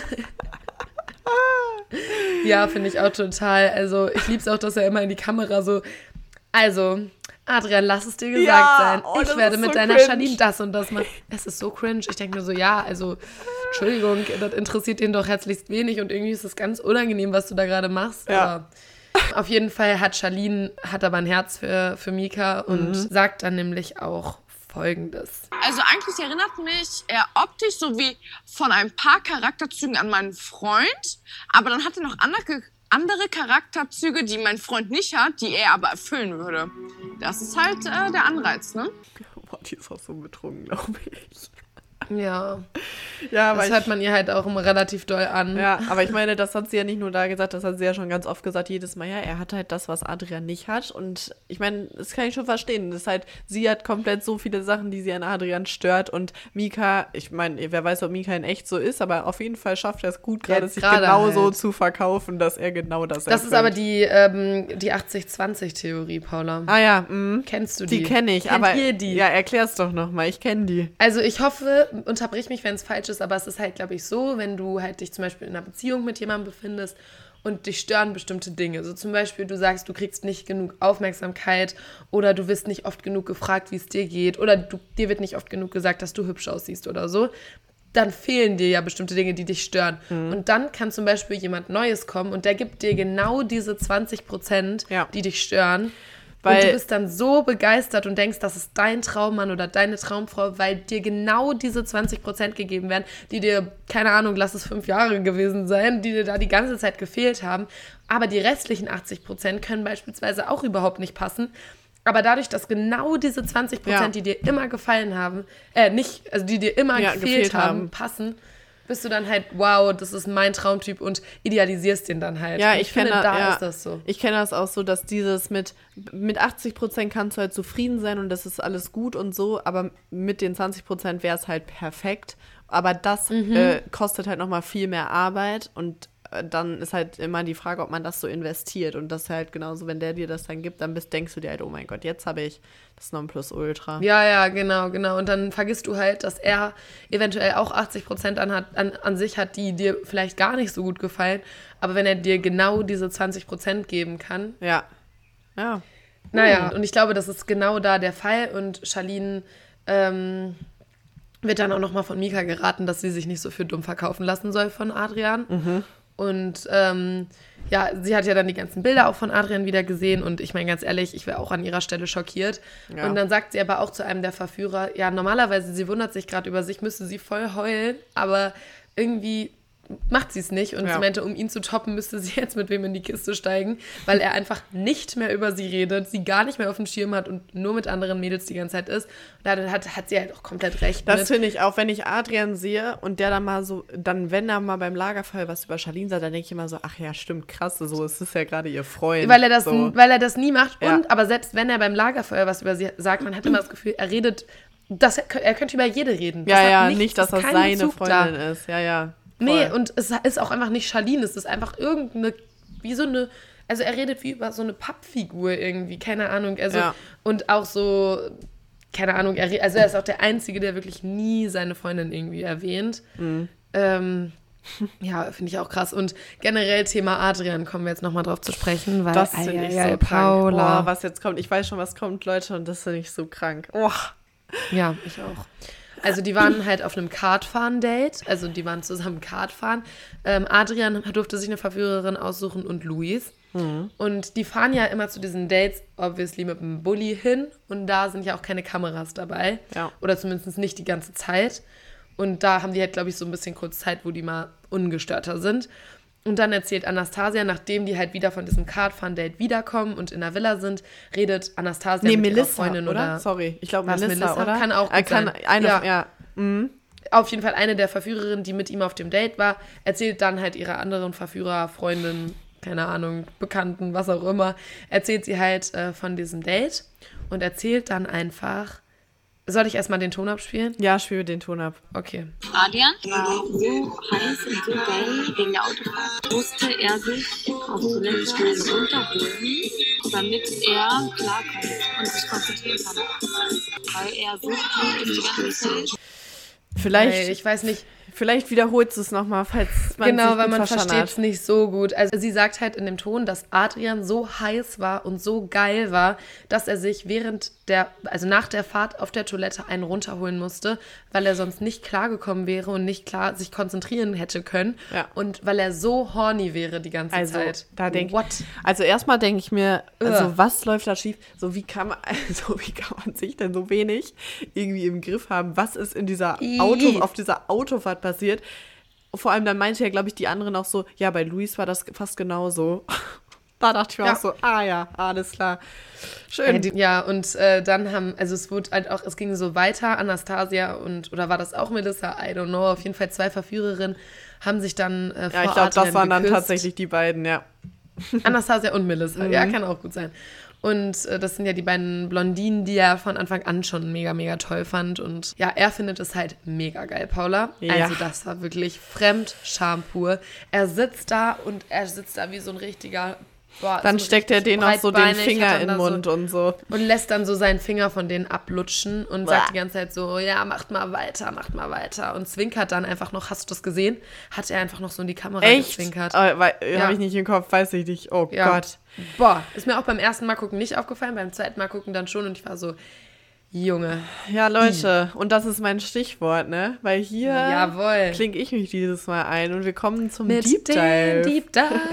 Ja, finde ich auch total. Also ich liebe es auch, dass er immer in die Kamera so, also, Adrian, lass es dir gesagt sein. Ich werde mit deiner cringe. Charlene das und das machen. Es ist so cringe. Ich denke mir so, ja, also, Entschuldigung, das interessiert ihn doch herzlichst wenig und irgendwie ist es ganz unangenehm, was du da gerade machst. Ja. Aber auf jeden Fall hat Charlene aber ein Herz für Mika und sagt dann nämlich auch Folgendes. Also eigentlich erinnert mich er optisch so wie von ein paar Charakterzügen an meinen Freund, aber dann hat er noch andere Charakterzüge, die mein Freund nicht hat, die er aber erfüllen würde. Das ist halt der Anreiz, ne? Boah, die ist auch so betrunken, glaube ich. Ja. Ja, aber das hört man ihr halt auch immer relativ doll an. Ja, aber ich meine, das hat sie ja nicht nur da gesagt, das hat sie ja schon ganz oft gesagt, jedes Mal, ja, er hat halt das, was Adrian nicht hat. Und ich meine, das kann ich schon verstehen. Das ist halt, sie hat komplett so viele Sachen, die sie an Adrian stört. Und Mika, ich meine, wer weiß, ob Mika in echt so ist, aber auf jeden Fall schafft er es gut, gerade sich genauso halt zu verkaufen, dass er genau das Das ist aber die 80-20-Theorie, Paula. Ah ja, Kennst du die? Die kenne ich, Kennt aber ihr die? ja, erklär's doch nochmal, ich kenne die. Also ich hoffe, unterbrich mich, wenn es falsch ist, aber es ist halt, glaube ich, so, wenn du halt dich zum Beispiel in einer Beziehung mit jemandem befindest und dich stören bestimmte Dinge. So zum Beispiel, du sagst, du kriegst nicht genug Aufmerksamkeit oder du wirst nicht oft genug gefragt, wie es dir geht oder dir wird nicht oft genug gesagt, dass du hübsch aussiehst oder so. Dann fehlen dir ja bestimmte Dinge, die dich stören. Und dann kann zum Beispiel jemand Neues kommen und der gibt dir genau diese 20%, die dich stören. Und du bist dann so begeistert und denkst, das ist dein Traummann oder deine Traumfrau, weil dir genau diese 20% gegeben werden, die dir, keine Ahnung, lass es 5 Jahre gewesen sein, die dir da die ganze Zeit gefehlt haben. Aber die restlichen 80% können beispielsweise auch überhaupt nicht passen. Aber dadurch, dass genau diese 20%, die dir immer gefallen haben, die dir immer gefehlt haben, passen, bist du dann halt, wow, das ist mein Traumtyp und idealisierst den dann halt. Ja, ich finde, ist das so. Ich kenne das auch so, dass dieses mit 80% kannst du halt zufrieden sein und das ist alles gut und so, aber mit den 20% wäre es halt perfekt. Aber das kostet halt nochmal viel mehr Arbeit und dann ist halt immer die Frage, ob man das so investiert. Und das ist halt genauso, wenn der dir das dann gibt, dann denkst du dir halt, oh mein Gott, jetzt habe ich das Nonplusultra. Ja, genau. Und dann vergisst du halt, dass er eventuell auch 80% an sich hat, die dir vielleicht gar nicht so gut gefallen. Aber wenn er dir genau diese 20% geben kann. Ja. Naja, und ich glaube, das ist genau da der Fall. Und Charlene wird dann auch nochmal von Mika geraten, dass sie sich nicht so für dumm verkaufen lassen soll von Adrian. Und sie hat ja dann die ganzen Bilder auch von Adrian wieder gesehen und ich meine ganz ehrlich, ich wäre auch an ihrer Stelle schockiert. Ja. Und dann sagt sie aber auch zu einem der Verführer, ja normalerweise, sie wundert sich gerade über sich, müsste sie voll heulen, aber irgendwie macht sie es nicht und sie meinte, um ihn zu toppen, müsste sie jetzt mit wem in die Kiste steigen, weil er einfach nicht mehr über sie redet, sie gar nicht mehr auf dem Schirm hat und nur mit anderen Mädels die ganze Zeit ist. Und da hat sie halt auch komplett recht. Das finde ich auch, wenn ich Adrian sehe und der dann mal so, wenn er mal beim Lagerfeuer was über Charlene sagt, dann denke ich immer so, ach ja, stimmt, krass, so, es ist ja gerade ihr Freund. Weil er das nie macht aber selbst wenn er beim Lagerfeuer was über sie sagt, man hat immer das Gefühl, er redet, er könnte über jede reden. Nicht, dass das seine Freundin ist, ja. Voll. Nee, und es ist auch einfach nicht Charlene, es ist einfach irgendeine, also er redet wie über so eine Pappfigur irgendwie, keine Ahnung, und auch so, keine Ahnung, er ist auch der Einzige, der wirklich nie seine Freundin irgendwie erwähnt. Finde ich auch krass. Und generell Thema Adrian kommen wir jetzt nochmal drauf zu sprechen, weil das finde ich so Paula. Krank. Was jetzt kommt, ich weiß schon, was kommt, Leute, und das finde ich so krank. Oh. Ja, ich auch. Also die waren halt auf einem Kartfahren-Date, also die waren zusammen Kartfahren. Adrian durfte sich eine Verführerin aussuchen und Luis. Und die fahren ja immer zu diesen Dates, obviously mit einem Bulli hin. Und da sind ja auch keine Kameras dabei. Ja. Oder zumindest nicht die ganze Zeit. Und da haben die halt, glaube ich, so ein bisschen kurz Zeit, wo die mal ungestörter sind. Und dann erzählt Anastasia, nachdem die halt wieder von diesem Kartfahren-Date wiederkommen und in der Villa sind, redet Anastasia mit ihrer Freundin oder? Sorry, ich glaube Melissa, oder? Kann auch gut sein. Auf jeden Fall eine der Verführerinnen, die mit ihm auf dem Date war, erzählt dann halt ihrer anderen Verführer, Freundin, keine Ahnung, Bekannten, was auch immer, erzählt sie halt von diesem Date und erzählt dann einfach. Soll ich erstmal den Ton abspielen? Ja, spiele den Ton ab. Okay. Adrian war so heiß und so geil wegen der Autofahrt. Musste er sich auf Toilette runterholen, damit er klarkommt und sich konzentrieren kann. Weil er so gut ist die ganze Zeit. Vielleicht, ich weiß nicht. Vielleicht wiederholt es nochmal, falls man genau, weil man versteht es nicht so gut. Also sie sagt halt in dem Ton, dass Adrian so heiß war und so geil war, dass er sich nach der Fahrt auf der Toilette einen runterholen musste, weil er sonst nicht klargekommen wäre und nicht klar sich konzentrieren hätte können. Ja. Und weil er so horny wäre die ganze Zeit. Also erstmal denke ich mir, was läuft da schief? Wie kann man sich denn so wenig irgendwie im Griff haben? Was ist in dieser auf dieser Autofahrt passiert? Vor allem dann meinte ja, glaube ich, die anderen auch so, ja, bei Luis war das fast genauso. Da dachte ich mir auch so, ja, alles klar. Schön. Und dann es wurde halt auch, es ging so weiter, Anastasia oder war das auch Melissa? I don't know. Auf jeden Fall 2 Verführerinnen haben sich dann vor ich glaube, das waren dann geküsst. Tatsächlich die beiden, ja. Anastasia und Melissa, ja, kann auch gut sein. Und das sind ja die beiden Blondinen, die er von Anfang an schon mega, mega toll fand. Und ja, er findet es halt mega geil, Paula. Ja. Also das war wirklich Fremdscham pur. Er sitzt da wie so ein richtiger... Dann so steckt er denen auch so den Finger in den Mund und so. Und lässt dann so seinen Finger von denen ablutschen und sagt die ganze Zeit so, ja, macht mal weiter. Und zwinkert dann einfach noch, hast du das gesehen? Hat er einfach noch so in die Kamera gezwinkert. Habe ich nicht im Kopf, weiß ich nicht. Oh Gott. Boah, ist mir auch beim ersten Mal gucken nicht aufgefallen, beim zweiten Mal gucken dann schon. Und ich war so, Junge. Ja, Leute, und das ist mein Stichwort, ne? Weil hier klinge ich mich dieses Mal ein und wir kommen zum Deep Dive. Deep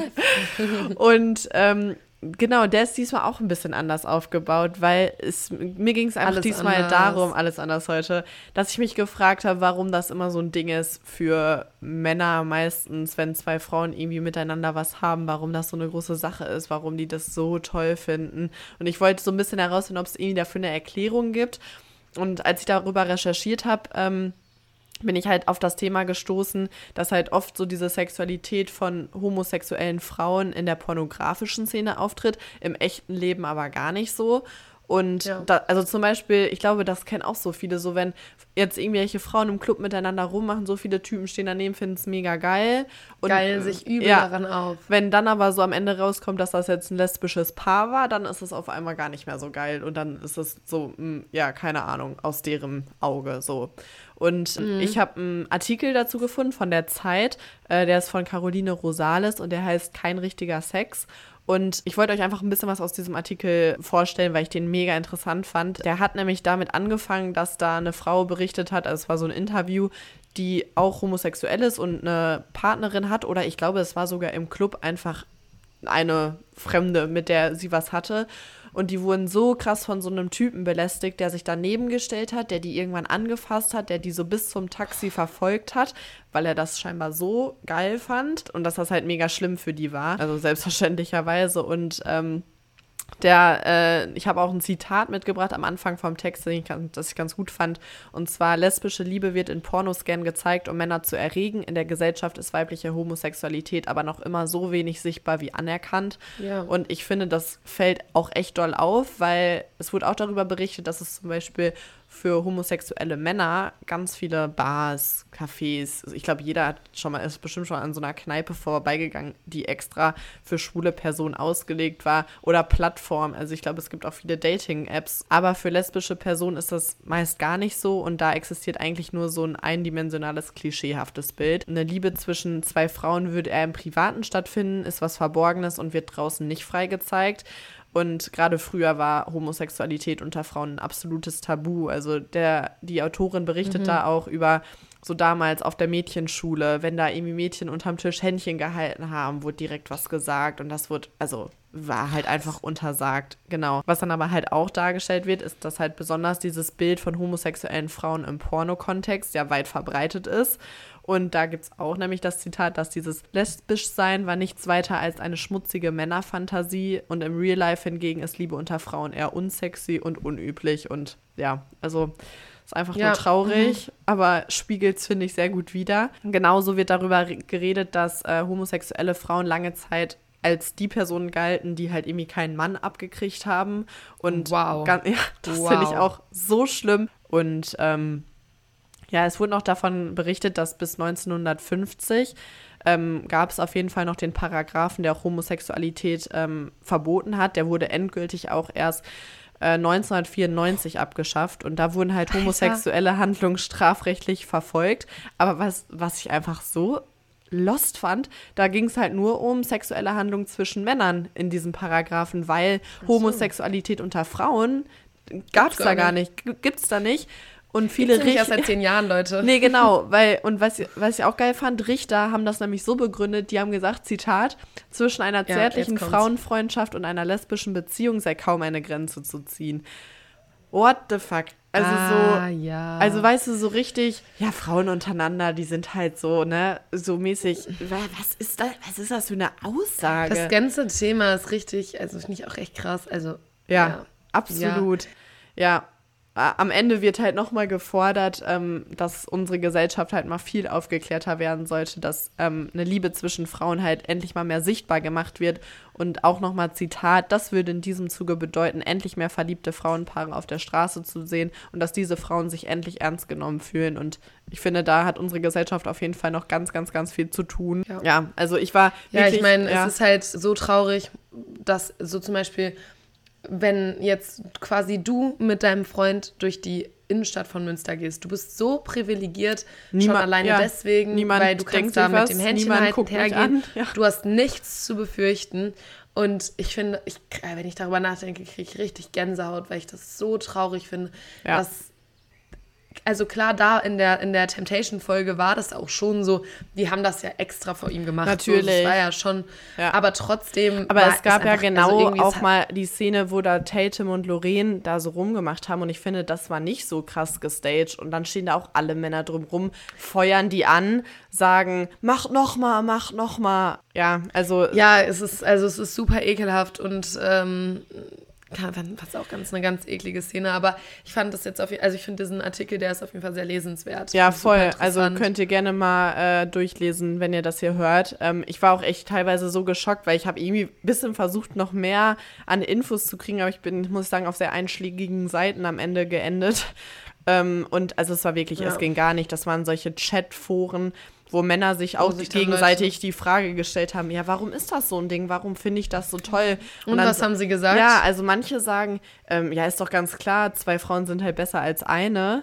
Dive. Und genau, der ist diesmal auch ein bisschen anders aufgebaut, weil mir ging es einfach alles diesmal anders. darum, alles anders heute, dass ich mich gefragt habe, warum das immer so ein Ding ist für Männer meistens, wenn 2 Frauen irgendwie miteinander was haben, warum das so eine große Sache ist, warum die das so toll finden. Und ich wollte so ein bisschen herausfinden, ob es irgendwie dafür eine Erklärung gibt. Und als ich darüber recherchiert habe, bin ich halt auf das Thema gestoßen, dass halt oft so diese Sexualität von homosexuellen Frauen in der pornografischen Szene auftritt, im echten Leben aber gar nicht so. Und also zum Beispiel, ich glaube, das kennen auch so viele, so wenn jetzt irgendwelche Frauen im Club miteinander rummachen, so viele Typen stehen daneben, finden es mega geil. Und geilen sich übel daran auf. Wenn dann aber so am Ende rauskommt, dass das jetzt ein lesbisches Paar war, dann ist es auf einmal gar nicht mehr so geil. Und dann ist es so, keine Ahnung, aus deren Auge so. Und ich habe einen Artikel dazu gefunden von der Zeit, der ist von Caroline Rosales und der heißt Kein richtiger Sex. Und ich wollte euch einfach ein bisschen was aus diesem Artikel vorstellen, weil ich den mega interessant fand. Der hat nämlich damit angefangen, dass da eine Frau berichtet hat, also es war so ein Interview, die auch homosexuell ist und eine Partnerin hat, oder ich glaube, es war sogar im Club einfach eine Fremde, mit der sie was hatte. Und die wurden so krass von so einem Typen belästigt, der sich daneben gestellt hat, der die irgendwann angefasst hat, der die so bis zum Taxi verfolgt hat, weil er das scheinbar so geil fand und dass das halt mega schlimm für die war. Also selbstverständlicherweise. Und ich habe auch ein Zitat mitgebracht am Anfang vom Text, das ich ganz gut fand. Und zwar: Lesbische Liebe wird in Pornos gern gezeigt, um Männer zu erregen. In der Gesellschaft ist weibliche Homosexualität aber noch immer so wenig sichtbar wie anerkannt. Ja. Und ich finde, das fällt auch echt doll auf, weil es wurde auch darüber berichtet, dass es zum Beispiel für homosexuelle Männer ganz viele Bars, Cafés, ich glaube, jeder ist bestimmt schon an so einer Kneipe vorbeigegangen, die extra für schwule Personen ausgelegt war, oder Plattformen. Also ich glaube, es gibt auch viele Dating-Apps, aber für lesbische Personen ist das meist gar nicht so und da existiert eigentlich nur so ein eindimensionales, klischeehaftes Bild. Eine Liebe zwischen 2 Frauen würde eher im Privaten stattfinden, ist was Verborgenes und wird draußen nicht frei gezeigt. Und gerade früher war Homosexualität unter Frauen ein absolutes Tabu. Also die Autorin berichtet da auch über so damals auf der Mädchenschule, wenn da irgendwie Mädchen unterm Tisch Händchen gehalten haben, wurde direkt was gesagt und das war halt einfach untersagt. Genau. Was dann aber halt auch dargestellt wird, ist, dass halt besonders dieses Bild von homosexuellen Frauen im Pornokontext ja weit verbreitet ist. Und da gibt es auch nämlich das Zitat, dass dieses Lesbischsein war nichts weiter als eine schmutzige Männerfantasie und im Real Life hingegen ist Liebe unter Frauen eher unsexy und unüblich. Und ja, also ist einfach nur traurig, aber spiegelt es, finde ich, sehr gut wider. Genauso wird darüber geredet, dass homosexuelle Frauen lange Zeit als die Personen galten, die halt irgendwie keinen Mann abgekriegt haben. Und das finde ich auch so schlimm. Und es wurde noch davon berichtet, dass bis 1950 gab es auf jeden Fall noch den Paragraphen, der auch Homosexualität verboten hat. Der wurde endgültig auch erst 1994 abgeschafft und da wurden halt homosexuelle Handlungen strafrechtlich verfolgt. Aber was ich einfach so lost fand, da ging es halt nur um sexuelle Handlungen zwischen Männern in diesem Paragraphen, weil Homosexualität unter Frauen gab es da gar nicht, gibt es da nicht. Und viele Richter erst seit 10 Jahren, Leute. Nee, genau, was ich auch geil fand, Richter haben das nämlich so begründet, die haben gesagt, Zitat, zwischen einer zärtlichen Frauenfreundschaft und einer lesbischen Beziehung sei kaum eine Grenze zu ziehen. What the fuck? ja. Also weißt du, so richtig, ja, Frauen untereinander, die sind halt so, ne, so mäßig, was ist das für eine Aussage? Das ganze Thema ist richtig, also finde ich auch echt krass, also. Ja. Absolut. Ja. Am Ende wird halt nochmal gefordert, dass unsere Gesellschaft halt mal viel aufgeklärter werden sollte, dass eine Liebe zwischen Frauen halt endlich mal mehr sichtbar gemacht wird. Und auch nochmal Zitat, das würde in diesem Zuge bedeuten, endlich mehr verliebte Frauenpaare auf der Straße zu sehen und dass diese Frauen sich endlich ernst genommen fühlen. Und ich finde, da hat unsere Gesellschaft auf jeden Fall noch ganz, ganz, ganz viel zu tun. Ja, also ich war wirklich... Ja, ich meine, es ist halt so traurig, dass so zum Beispiel... Wenn jetzt quasi du mit deinem Freund durch die Innenstadt von Münster gehst, du bist so privilegiert, schon alleine deswegen, weil du kannst da mit dem Händchen halten hergehen. Ja. Du hast nichts zu befürchten. Und ich finde, wenn ich darüber nachdenke, kriege ich richtig Gänsehaut, weil ich das so traurig finde, dass... Also klar, da in der Temptation-Folge war das auch schon so, die haben das ja extra vor ihm gemacht. Natürlich. So, das war ja schon, aber trotzdem. Aber es gab ja genau auch mal die Szene, wo da Tatum und Lorraine da so rumgemacht haben und ich finde, das war nicht so krass gestaged und dann stehen da auch alle Männer drumrum, feuern die an, sagen, mach noch mal. Ja, also. Ja, es ist super ekelhaft und was auch eine ganz eklige Szene, aber ich fand das jetzt ich finde diesen Artikel, der ist auf jeden Fall sehr lesenswert. Ja, voll, also könnt ihr gerne mal durchlesen, wenn ihr das hier hört. Ich war auch echt teilweise so geschockt, weil ich habe irgendwie ein bisschen versucht, noch mehr an Infos zu kriegen, aber ich bin, muss ich sagen, auf sehr einschlägigen Seiten am Ende geendet. Und also es war wirklich, es ging gar nicht, das waren solche Chatforen, wo Männer sich auch gegenseitig die Frage gestellt haben, ja, warum ist das so ein Ding? Warum finde ich das so toll? Und dann, was haben sie gesagt? Ja, also manche sagen, ja, ist doch ganz klar, 2 Frauen sind halt besser als eine.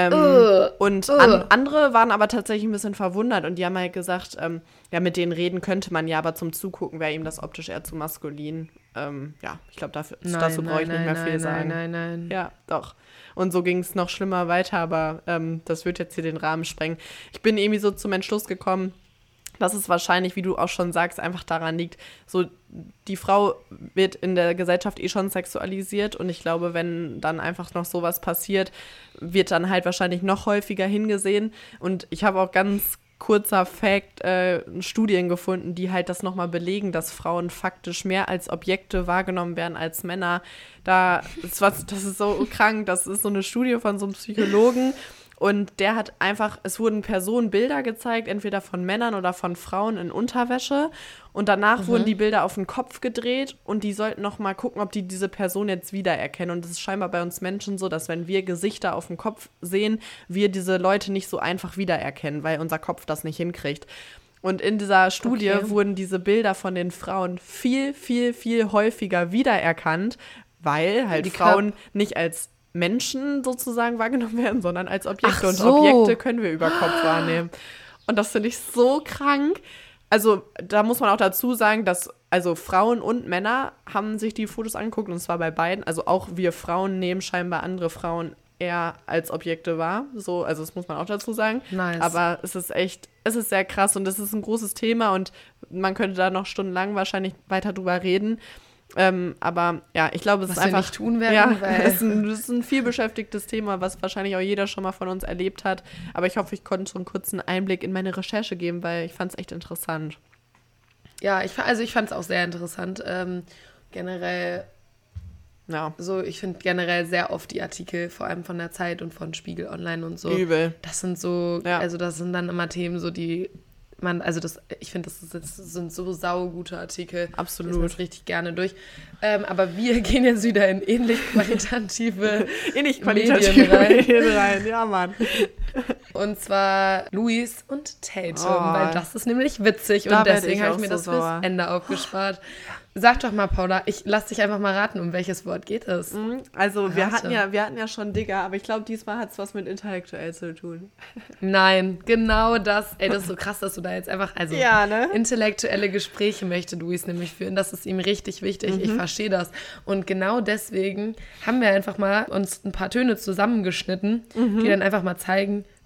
Und andere waren aber tatsächlich ein bisschen verwundert und die haben halt gesagt, ja, mit denen reden könnte man ja, aber zum Zugucken wäre ihm das optisch eher zu maskulin. Ja, ich glaube, dazu brauche ich nicht mehr viel sagen. Nein. Ja, doch. Und so ging es noch schlimmer weiter, aber das wird jetzt hier den Rahmen sprengen. Ich bin irgendwie so zum Entschluss gekommen, dass es wahrscheinlich, wie du auch schon sagst, einfach daran liegt, so die Frau wird in der Gesellschaft schon sexualisiert und ich glaube, wenn dann einfach noch sowas passiert, wird dann halt wahrscheinlich noch häufiger hingesehen und ich habe auch ganz kurzer Fact, Studien gefunden, die halt das nochmal belegen, dass Frauen faktisch mehr als Objekte wahrgenommen werden als Männer. Das ist so krank, das ist so eine Studie von so einem Psychologen und der hat einfach, es wurden Personenbilder gezeigt, entweder von Männern oder von Frauen in Unterwäsche und danach wurden die Bilder auf den Kopf gedreht und die sollten nochmal gucken, ob die diese Person jetzt wiedererkennen und es ist scheinbar bei uns Menschen so, dass wenn wir Gesichter auf dem Kopf sehen, wir diese Leute nicht so einfach wiedererkennen, weil unser Kopf das nicht hinkriegt. Und in dieser Studie wurden diese Bilder von den Frauen viel, viel, viel häufiger wiedererkannt, weil halt Frauen nicht als Menschen sozusagen wahrgenommen werden, sondern als Objekte. Und Objekte können wir über Kopf wahrnehmen. Und das finde ich so krank. Also da muss man auch dazu sagen, dass also Frauen und Männer haben sich die Fotos angeguckt und zwar bei beiden. Also auch wir Frauen nehmen scheinbar andere Frauen eher als Objekte wahr. So, also das muss man auch dazu sagen. Nice. Aber es ist sehr krass und es ist ein großes Thema und man könnte da noch stundenlang wahrscheinlich weiter drüber reden. Aber ja, ich glaube, es ist einfach. Wir nicht tun werden, weil das ist ein vielbeschäftigtes Thema, was wahrscheinlich auch jeder schon mal von uns erlebt hat. Aber ich hoffe, ich konnte so einen kurzen Einblick in meine Recherche geben, weil ich fand es echt interessant. Ja, ich fand es auch sehr interessant. Generell, so, ich finde generell sehr oft die Artikel, vor allem von der Zeit und von Spiegel Online und so. Übel. Das sind so, also das sind dann immer Themen, so die ich finde, das sind so saugute Artikel. Absolut. Ich lese das richtig gerne durch. Aber wir gehen jetzt wieder in ähnlich qualitative Medien rein. Ja, Mann. Und zwar Louis und Tatum, weil das ist nämlich witzig und deswegen habe ich mir das fürs Ende aufgespart. Sag doch mal, Paula, ich lass dich einfach mal raten, um welches Wort geht es? Also, wir hatten ja schon Digger, aber ich glaube, diesmal hat es was mit intellektuell zu tun. Nein, genau das. Ey, das ist so krass, dass du da jetzt einfach, intellektuelle Gespräche möchte Louis nämlich führen. Das ist ihm richtig wichtig. Ich verstehe das. Und genau deswegen haben wir einfach mal uns ein paar Töne zusammengeschnitten, die dann einfach mal zeigen,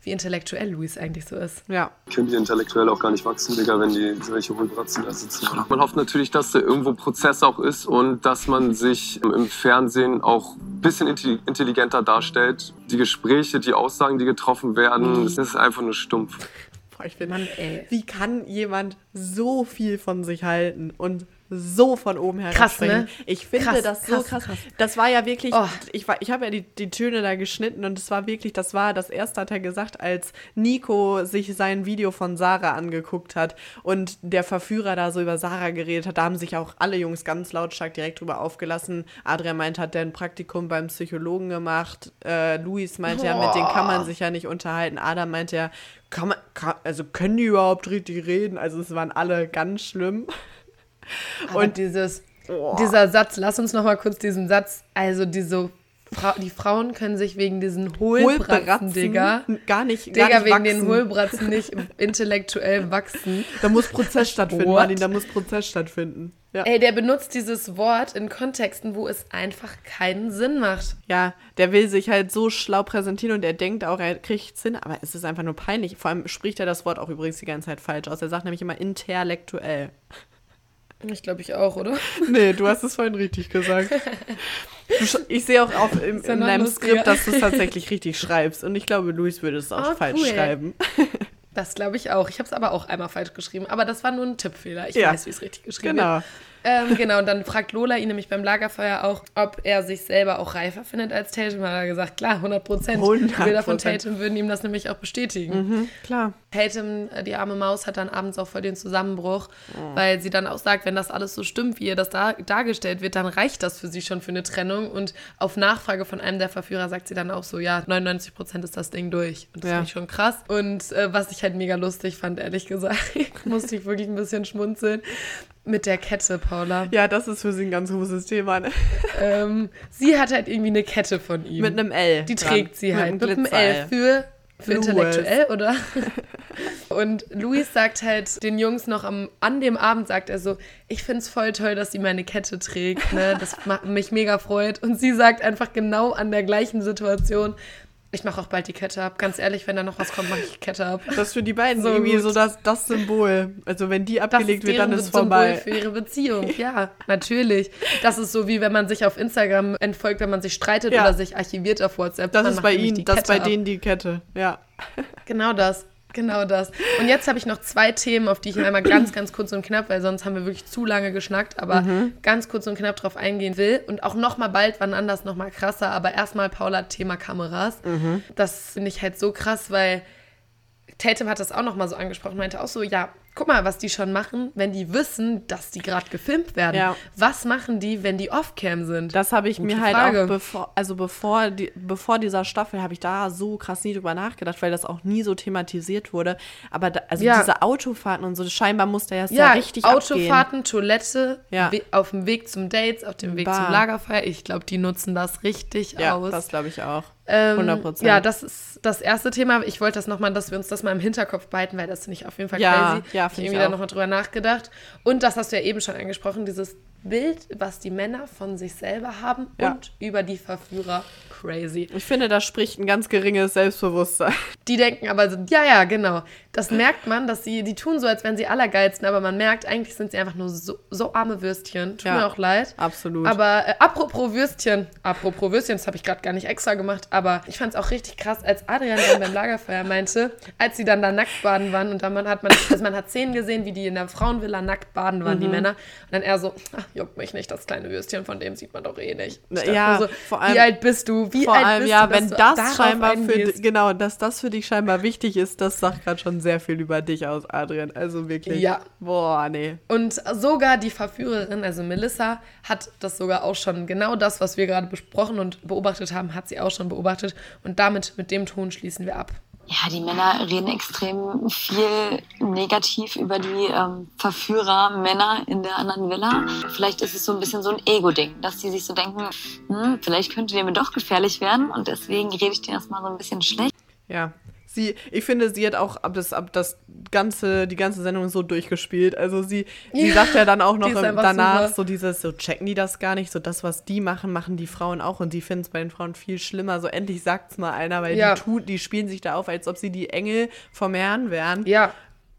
wie intellektuell Luis eigentlich so ist. Ja. Können die intellektuell auch gar nicht wachsen, Digga, wenn die solche Hohlbratzen da sitzen. Man hofft natürlich, dass da irgendwo Prozess auch ist und dass man sich im Fernsehen auch ein bisschen intelligenter darstellt. Die Gespräche, die Aussagen, die getroffen werden, das ist einfach nur stumpf. Boah, ich finde, wie kann jemand so viel von sich halten und so von oben herab Krass, sprechen? ne? Ich finde das so krass. Das war ja wirklich, ich habe ja die Töne da geschnitten und das war das erste, hat er gesagt, als Nico sich sein Video von Sarah angeguckt hat und der Verführer da so über Sarah geredet hat. Da haben sich auch alle Jungs ganz lautstark direkt drüber aufgelassen. Adrian meint, hat der ein Praktikum beim Psychologen gemacht. Luis meinte ja, mit denen kann man sich ja nicht unterhalten. Adam meinte ja, können die überhaupt richtig reden? Also es waren alle ganz schlimm. Und dieser Satz, lass uns noch mal kurz diesen Satz, also die Frauen können sich wegen diesen Hohlbratzen, Digga, gar nicht wegen wachsen. den Hohlbratzen nicht intellektuell wachsen. Da muss Prozess stattfinden, Martin, da muss Prozess stattfinden. Ja. Ey, der benutzt dieses Wort in Kontexten, wo es einfach keinen Sinn macht. Ja, der will sich halt so schlau präsentieren und er denkt auch, er kriegt Sinn, aber es ist einfach nur peinlich. Vor allem spricht er das Wort auch übrigens die ganze Zeit falsch aus. Er sagt nämlich immer intellektuell. Ich glaube, ich auch, oder? Nee, du hast es vorhin richtig gesagt. Ich sehe auch in deinem Skript, dass du es tatsächlich richtig schreibst. Und ich glaube, Luis würde es auch falsch schreiben. Das glaube ich auch. Ich habe es aber auch einmal falsch geschrieben. Aber das war nur ein Tippfehler. Ich weiß, wie es richtig geschrieben wird. Genau, und dann fragt Lola ihn nämlich beim Lagerfeuer auch, ob er sich selber auch reifer findet als Tatum. Hat er gesagt, klar, 100%. Die Bilder von Tatum würden ihm das nämlich auch bestätigen. Klar. Tatum, die arme Maus, hat dann abends auch voll den Zusammenbruch, weil sie dann auch sagt, wenn das alles so stimmt, wie ihr das dargestellt wird, dann reicht das für sie schon für eine Trennung. Und auf Nachfrage von einem der Verführer sagt sie dann auch so, ja, 99% ist das Ding durch. Und das finde ich schon krass. Und was ich halt mega lustig fand, ehrlich gesagt, musste ich wirklich ein bisschen schmunzeln. Mit der Kette, Paula. Ja, das ist für sie ein ganz großes Thema. Ne? Sie hat halt irgendwie eine Kette von ihm. Mit einem L. Die trägt sie halt. Mit einem L für intellektuell, oder? Und Luis sagt halt den Jungs noch an dem Abend, sagt er so, ich find's voll toll, dass sie meine Kette trägt. Ne? Das mich mega freut. Und sie sagt einfach genau an der gleichen Situation, ich mache auch bald die Kette ab. Ganz ehrlich, wenn da noch was kommt, mache ich die Kette ab. Das ist für die beiden so irgendwie gut. So das Symbol. Also wenn die abgelegt wird, dann ist es vorbei. Das ist Symbol für ihre Beziehung. Ja, natürlich. Das ist so, wie wenn man sich auf Instagram entfolgt, wenn man sich streitet oder sich archiviert auf WhatsApp. Das ist bei ihnen, das ist bei denen die Kette. Ja. Genau das. Und jetzt habe ich noch 2 Themen, auf die ich einmal ganz, ganz kurz und knapp, weil sonst haben wir wirklich zu lange geschnackt, aber ganz kurz und knapp drauf eingehen will. Und auch noch mal bald, wann anders, noch mal krasser. Aber erstmal, Paula, Thema Kameras. Das finde ich halt so krass, weil Tatum hat das auch noch mal so angesprochen, meinte auch so, ja, guck mal, was die schon machen, wenn die wissen, dass die gerade gefilmt werden. Ja. Was machen die, wenn die off-cam sind? Das habe ich mir halt auch, bevor dieser Staffel, habe ich da so krass nie drüber nachgedacht, weil das auch nie so thematisiert wurde. Aber diese Autofahrten und so, scheinbar muss da ja richtig Autofahrten, abgehen. Toilette, auf dem Weg zum Dates, auf dem Weg zum Lagerfeuer. Ich glaube, die nutzen das richtig aus. Ja, das glaube ich auch. 100%. Ja, das ist das erste Thema. Ich wollte das nochmal, dass wir uns das mal im Hinterkopf behalten, weil das finde ich auf jeden Fall crazy. Ja, ich habe irgendwie da nochmal drüber nachgedacht. Und das hast du ja eben schon angesprochen, dieses Bild, was die Männer von sich selber haben und über die Verführer. Crazy. Ich finde, da spricht ein ganz geringes Selbstbewusstsein. Die denken aber so, ja, genau. Das merkt man, dass die tun so, als wären sie allergeilsten, aber man merkt, eigentlich sind sie einfach nur so arme Würstchen. Tut mir auch leid. Absolut. Aber apropos Würstchen, das habe ich gerade gar nicht extra gemacht, aber ich fand es auch richtig krass, als Adrian dann beim Lagerfeuer meinte, als sie dann da nackt baden waren und dann man hat Szenen gesehen, wie die in der Frauenvilla nackt baden waren, die Männer. Und dann er so, juckt mich nicht, das kleine Würstchen, von dem sieht man doch eh nicht. Ja, so, vor allem, wie alt bist du? Vor allem, wenn das scheinbar dass das für dich scheinbar wichtig ist, das sagt gerade schon sehr viel über dich aus, Adrian. Also wirklich. Ja. Boah, nee. Und sogar die Verführerin, also Melissa, hat das sogar auch schon, genau das, was wir gerade besprochen und beobachtet haben, hat sie auch schon beobachtet. Und mit dem Ton schließen wir ab. Ja, die Männer reden extrem viel negativ über die Verführer, Männer in der anderen Villa. Vielleicht ist es so ein bisschen so ein Ego-Ding, dass die sich so denken, vielleicht könnte der mir doch gefährlich werden und deswegen rede ich den erstmal so ein bisschen schlecht. Ja, Ich finde, sie hat auch die ganze Sendung so durchgespielt. Also sie sagt ja dann auch noch danach super. So dieses, so checken die das gar nicht, so das, was die machen, machen die Frauen auch und die finden es bei den Frauen viel schlimmer. So endlich sagt's mal einer, weil die spielen sich da auf, als ob sie die Engel vom Herrn wären. Ja.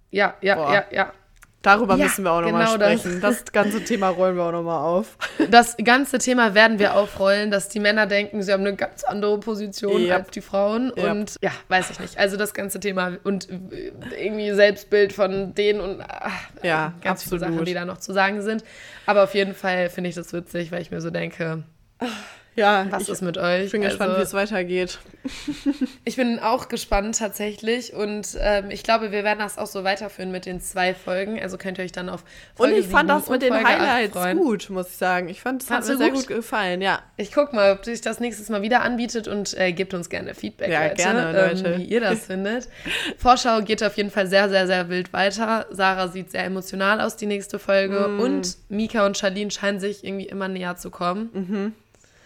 Darüber müssen wir auch nochmal sprechen. Das ganze Thema rollen wir auch nochmal auf. Das ganze Thema werden wir aufrollen, dass die Männer denken, sie haben eine ganz andere Position als die Frauen. Und weiß ich nicht. Also das ganze Thema und irgendwie Selbstbild von denen und ganz viele Sachen, die da noch zu sagen sind. Aber auf jeden Fall finde ich das witzig, weil ich mir so denke... was ist mit euch? Ich bin gespannt, wie es weitergeht. Ich bin auch gespannt tatsächlich und ich glaube, wir werden das auch so weiterführen mit den 2 Folgen. Also könnt ihr euch dann auf Folge 7 und ich fand das mit den Folge Highlights gut, muss ich sagen. Ich fand, es hat mir sehr gut gefallen, ja. Ich guck mal, ob sich das nächstes Mal wieder anbietet und gebt uns gerne Feedback, gerne, Leute. Wie ihr das findet. Vorschau geht auf jeden Fall sehr, sehr, sehr wild weiter. Sarah sieht sehr emotional aus, die nächste Folge. Und Mika und Charlene scheinen sich irgendwie immer näher zu kommen.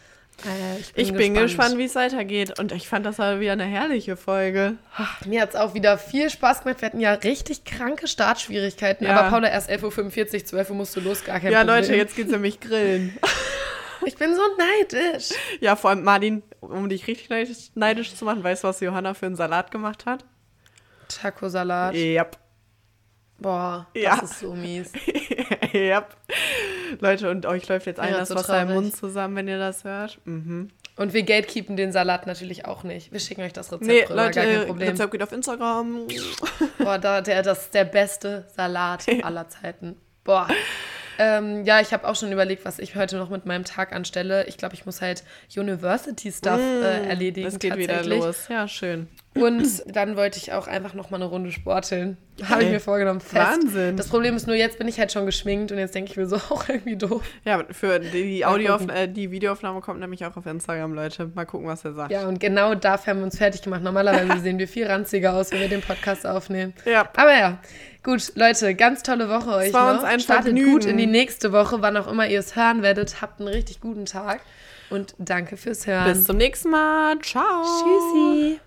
Ich bin gespannt, wie es weitergeht. Und ich fand, das war wieder eine herrliche Folge. Mir hat es auch wieder viel Spaß gemacht. Wir hatten ja richtig kranke Startschwierigkeiten. Aber Paula, erst 11:45 Uhr, 12 Uhr musst du los, gar kein Problem. Leute, jetzt geht's nämlich grillen. Ich bin so neidisch. Ja, vor allem, Martin, um dich richtig neidisch zu machen, weißt du, was Johanna für einen Salat gemacht hat? Taco-Salat. Yep. Boah, das ist so mies. Yep. Leute, und euch läuft jetzt das Wasser im Mund zusammen, wenn ihr das hört. Und wir gatekeepen den Salat natürlich auch nicht. Wir schicken euch das Rezept rüber, Leute, gar kein Problem. Rezept geht auf Instagram. Boah, das ist der beste Salat aller Zeiten. Boah. Ich habe auch schon überlegt, was ich heute noch mit meinem Tag anstelle. Ich glaube, ich muss halt University-Stuff erledigen. Das geht wieder los. Ja, schön. Und dann wollte ich auch einfach noch mal eine Runde sporteln. Habe ich mir vorgenommen. Fest. Wahnsinn. Das Problem ist nur, jetzt bin ich halt schon geschminkt und jetzt denke ich mir so auch irgendwie doof. Ja, für die die Videoaufnahme kommt nämlich auch auf Instagram, Leute. Mal gucken, was er sagt. Ja, und genau dafür haben wir uns fertig gemacht. Normalerweise sehen wir viel ranziger aus, wenn wir den Podcast aufnehmen. Ja. Aber ja, gut, Leute, ganz tolle Woche euch war noch. Uns ein Startet Vergnügen. Gut in die nächste Woche, wann auch immer ihr es hören werdet. Habt einen richtig guten Tag und danke fürs Hören. Bis zum nächsten Mal. Ciao. Tschüssi.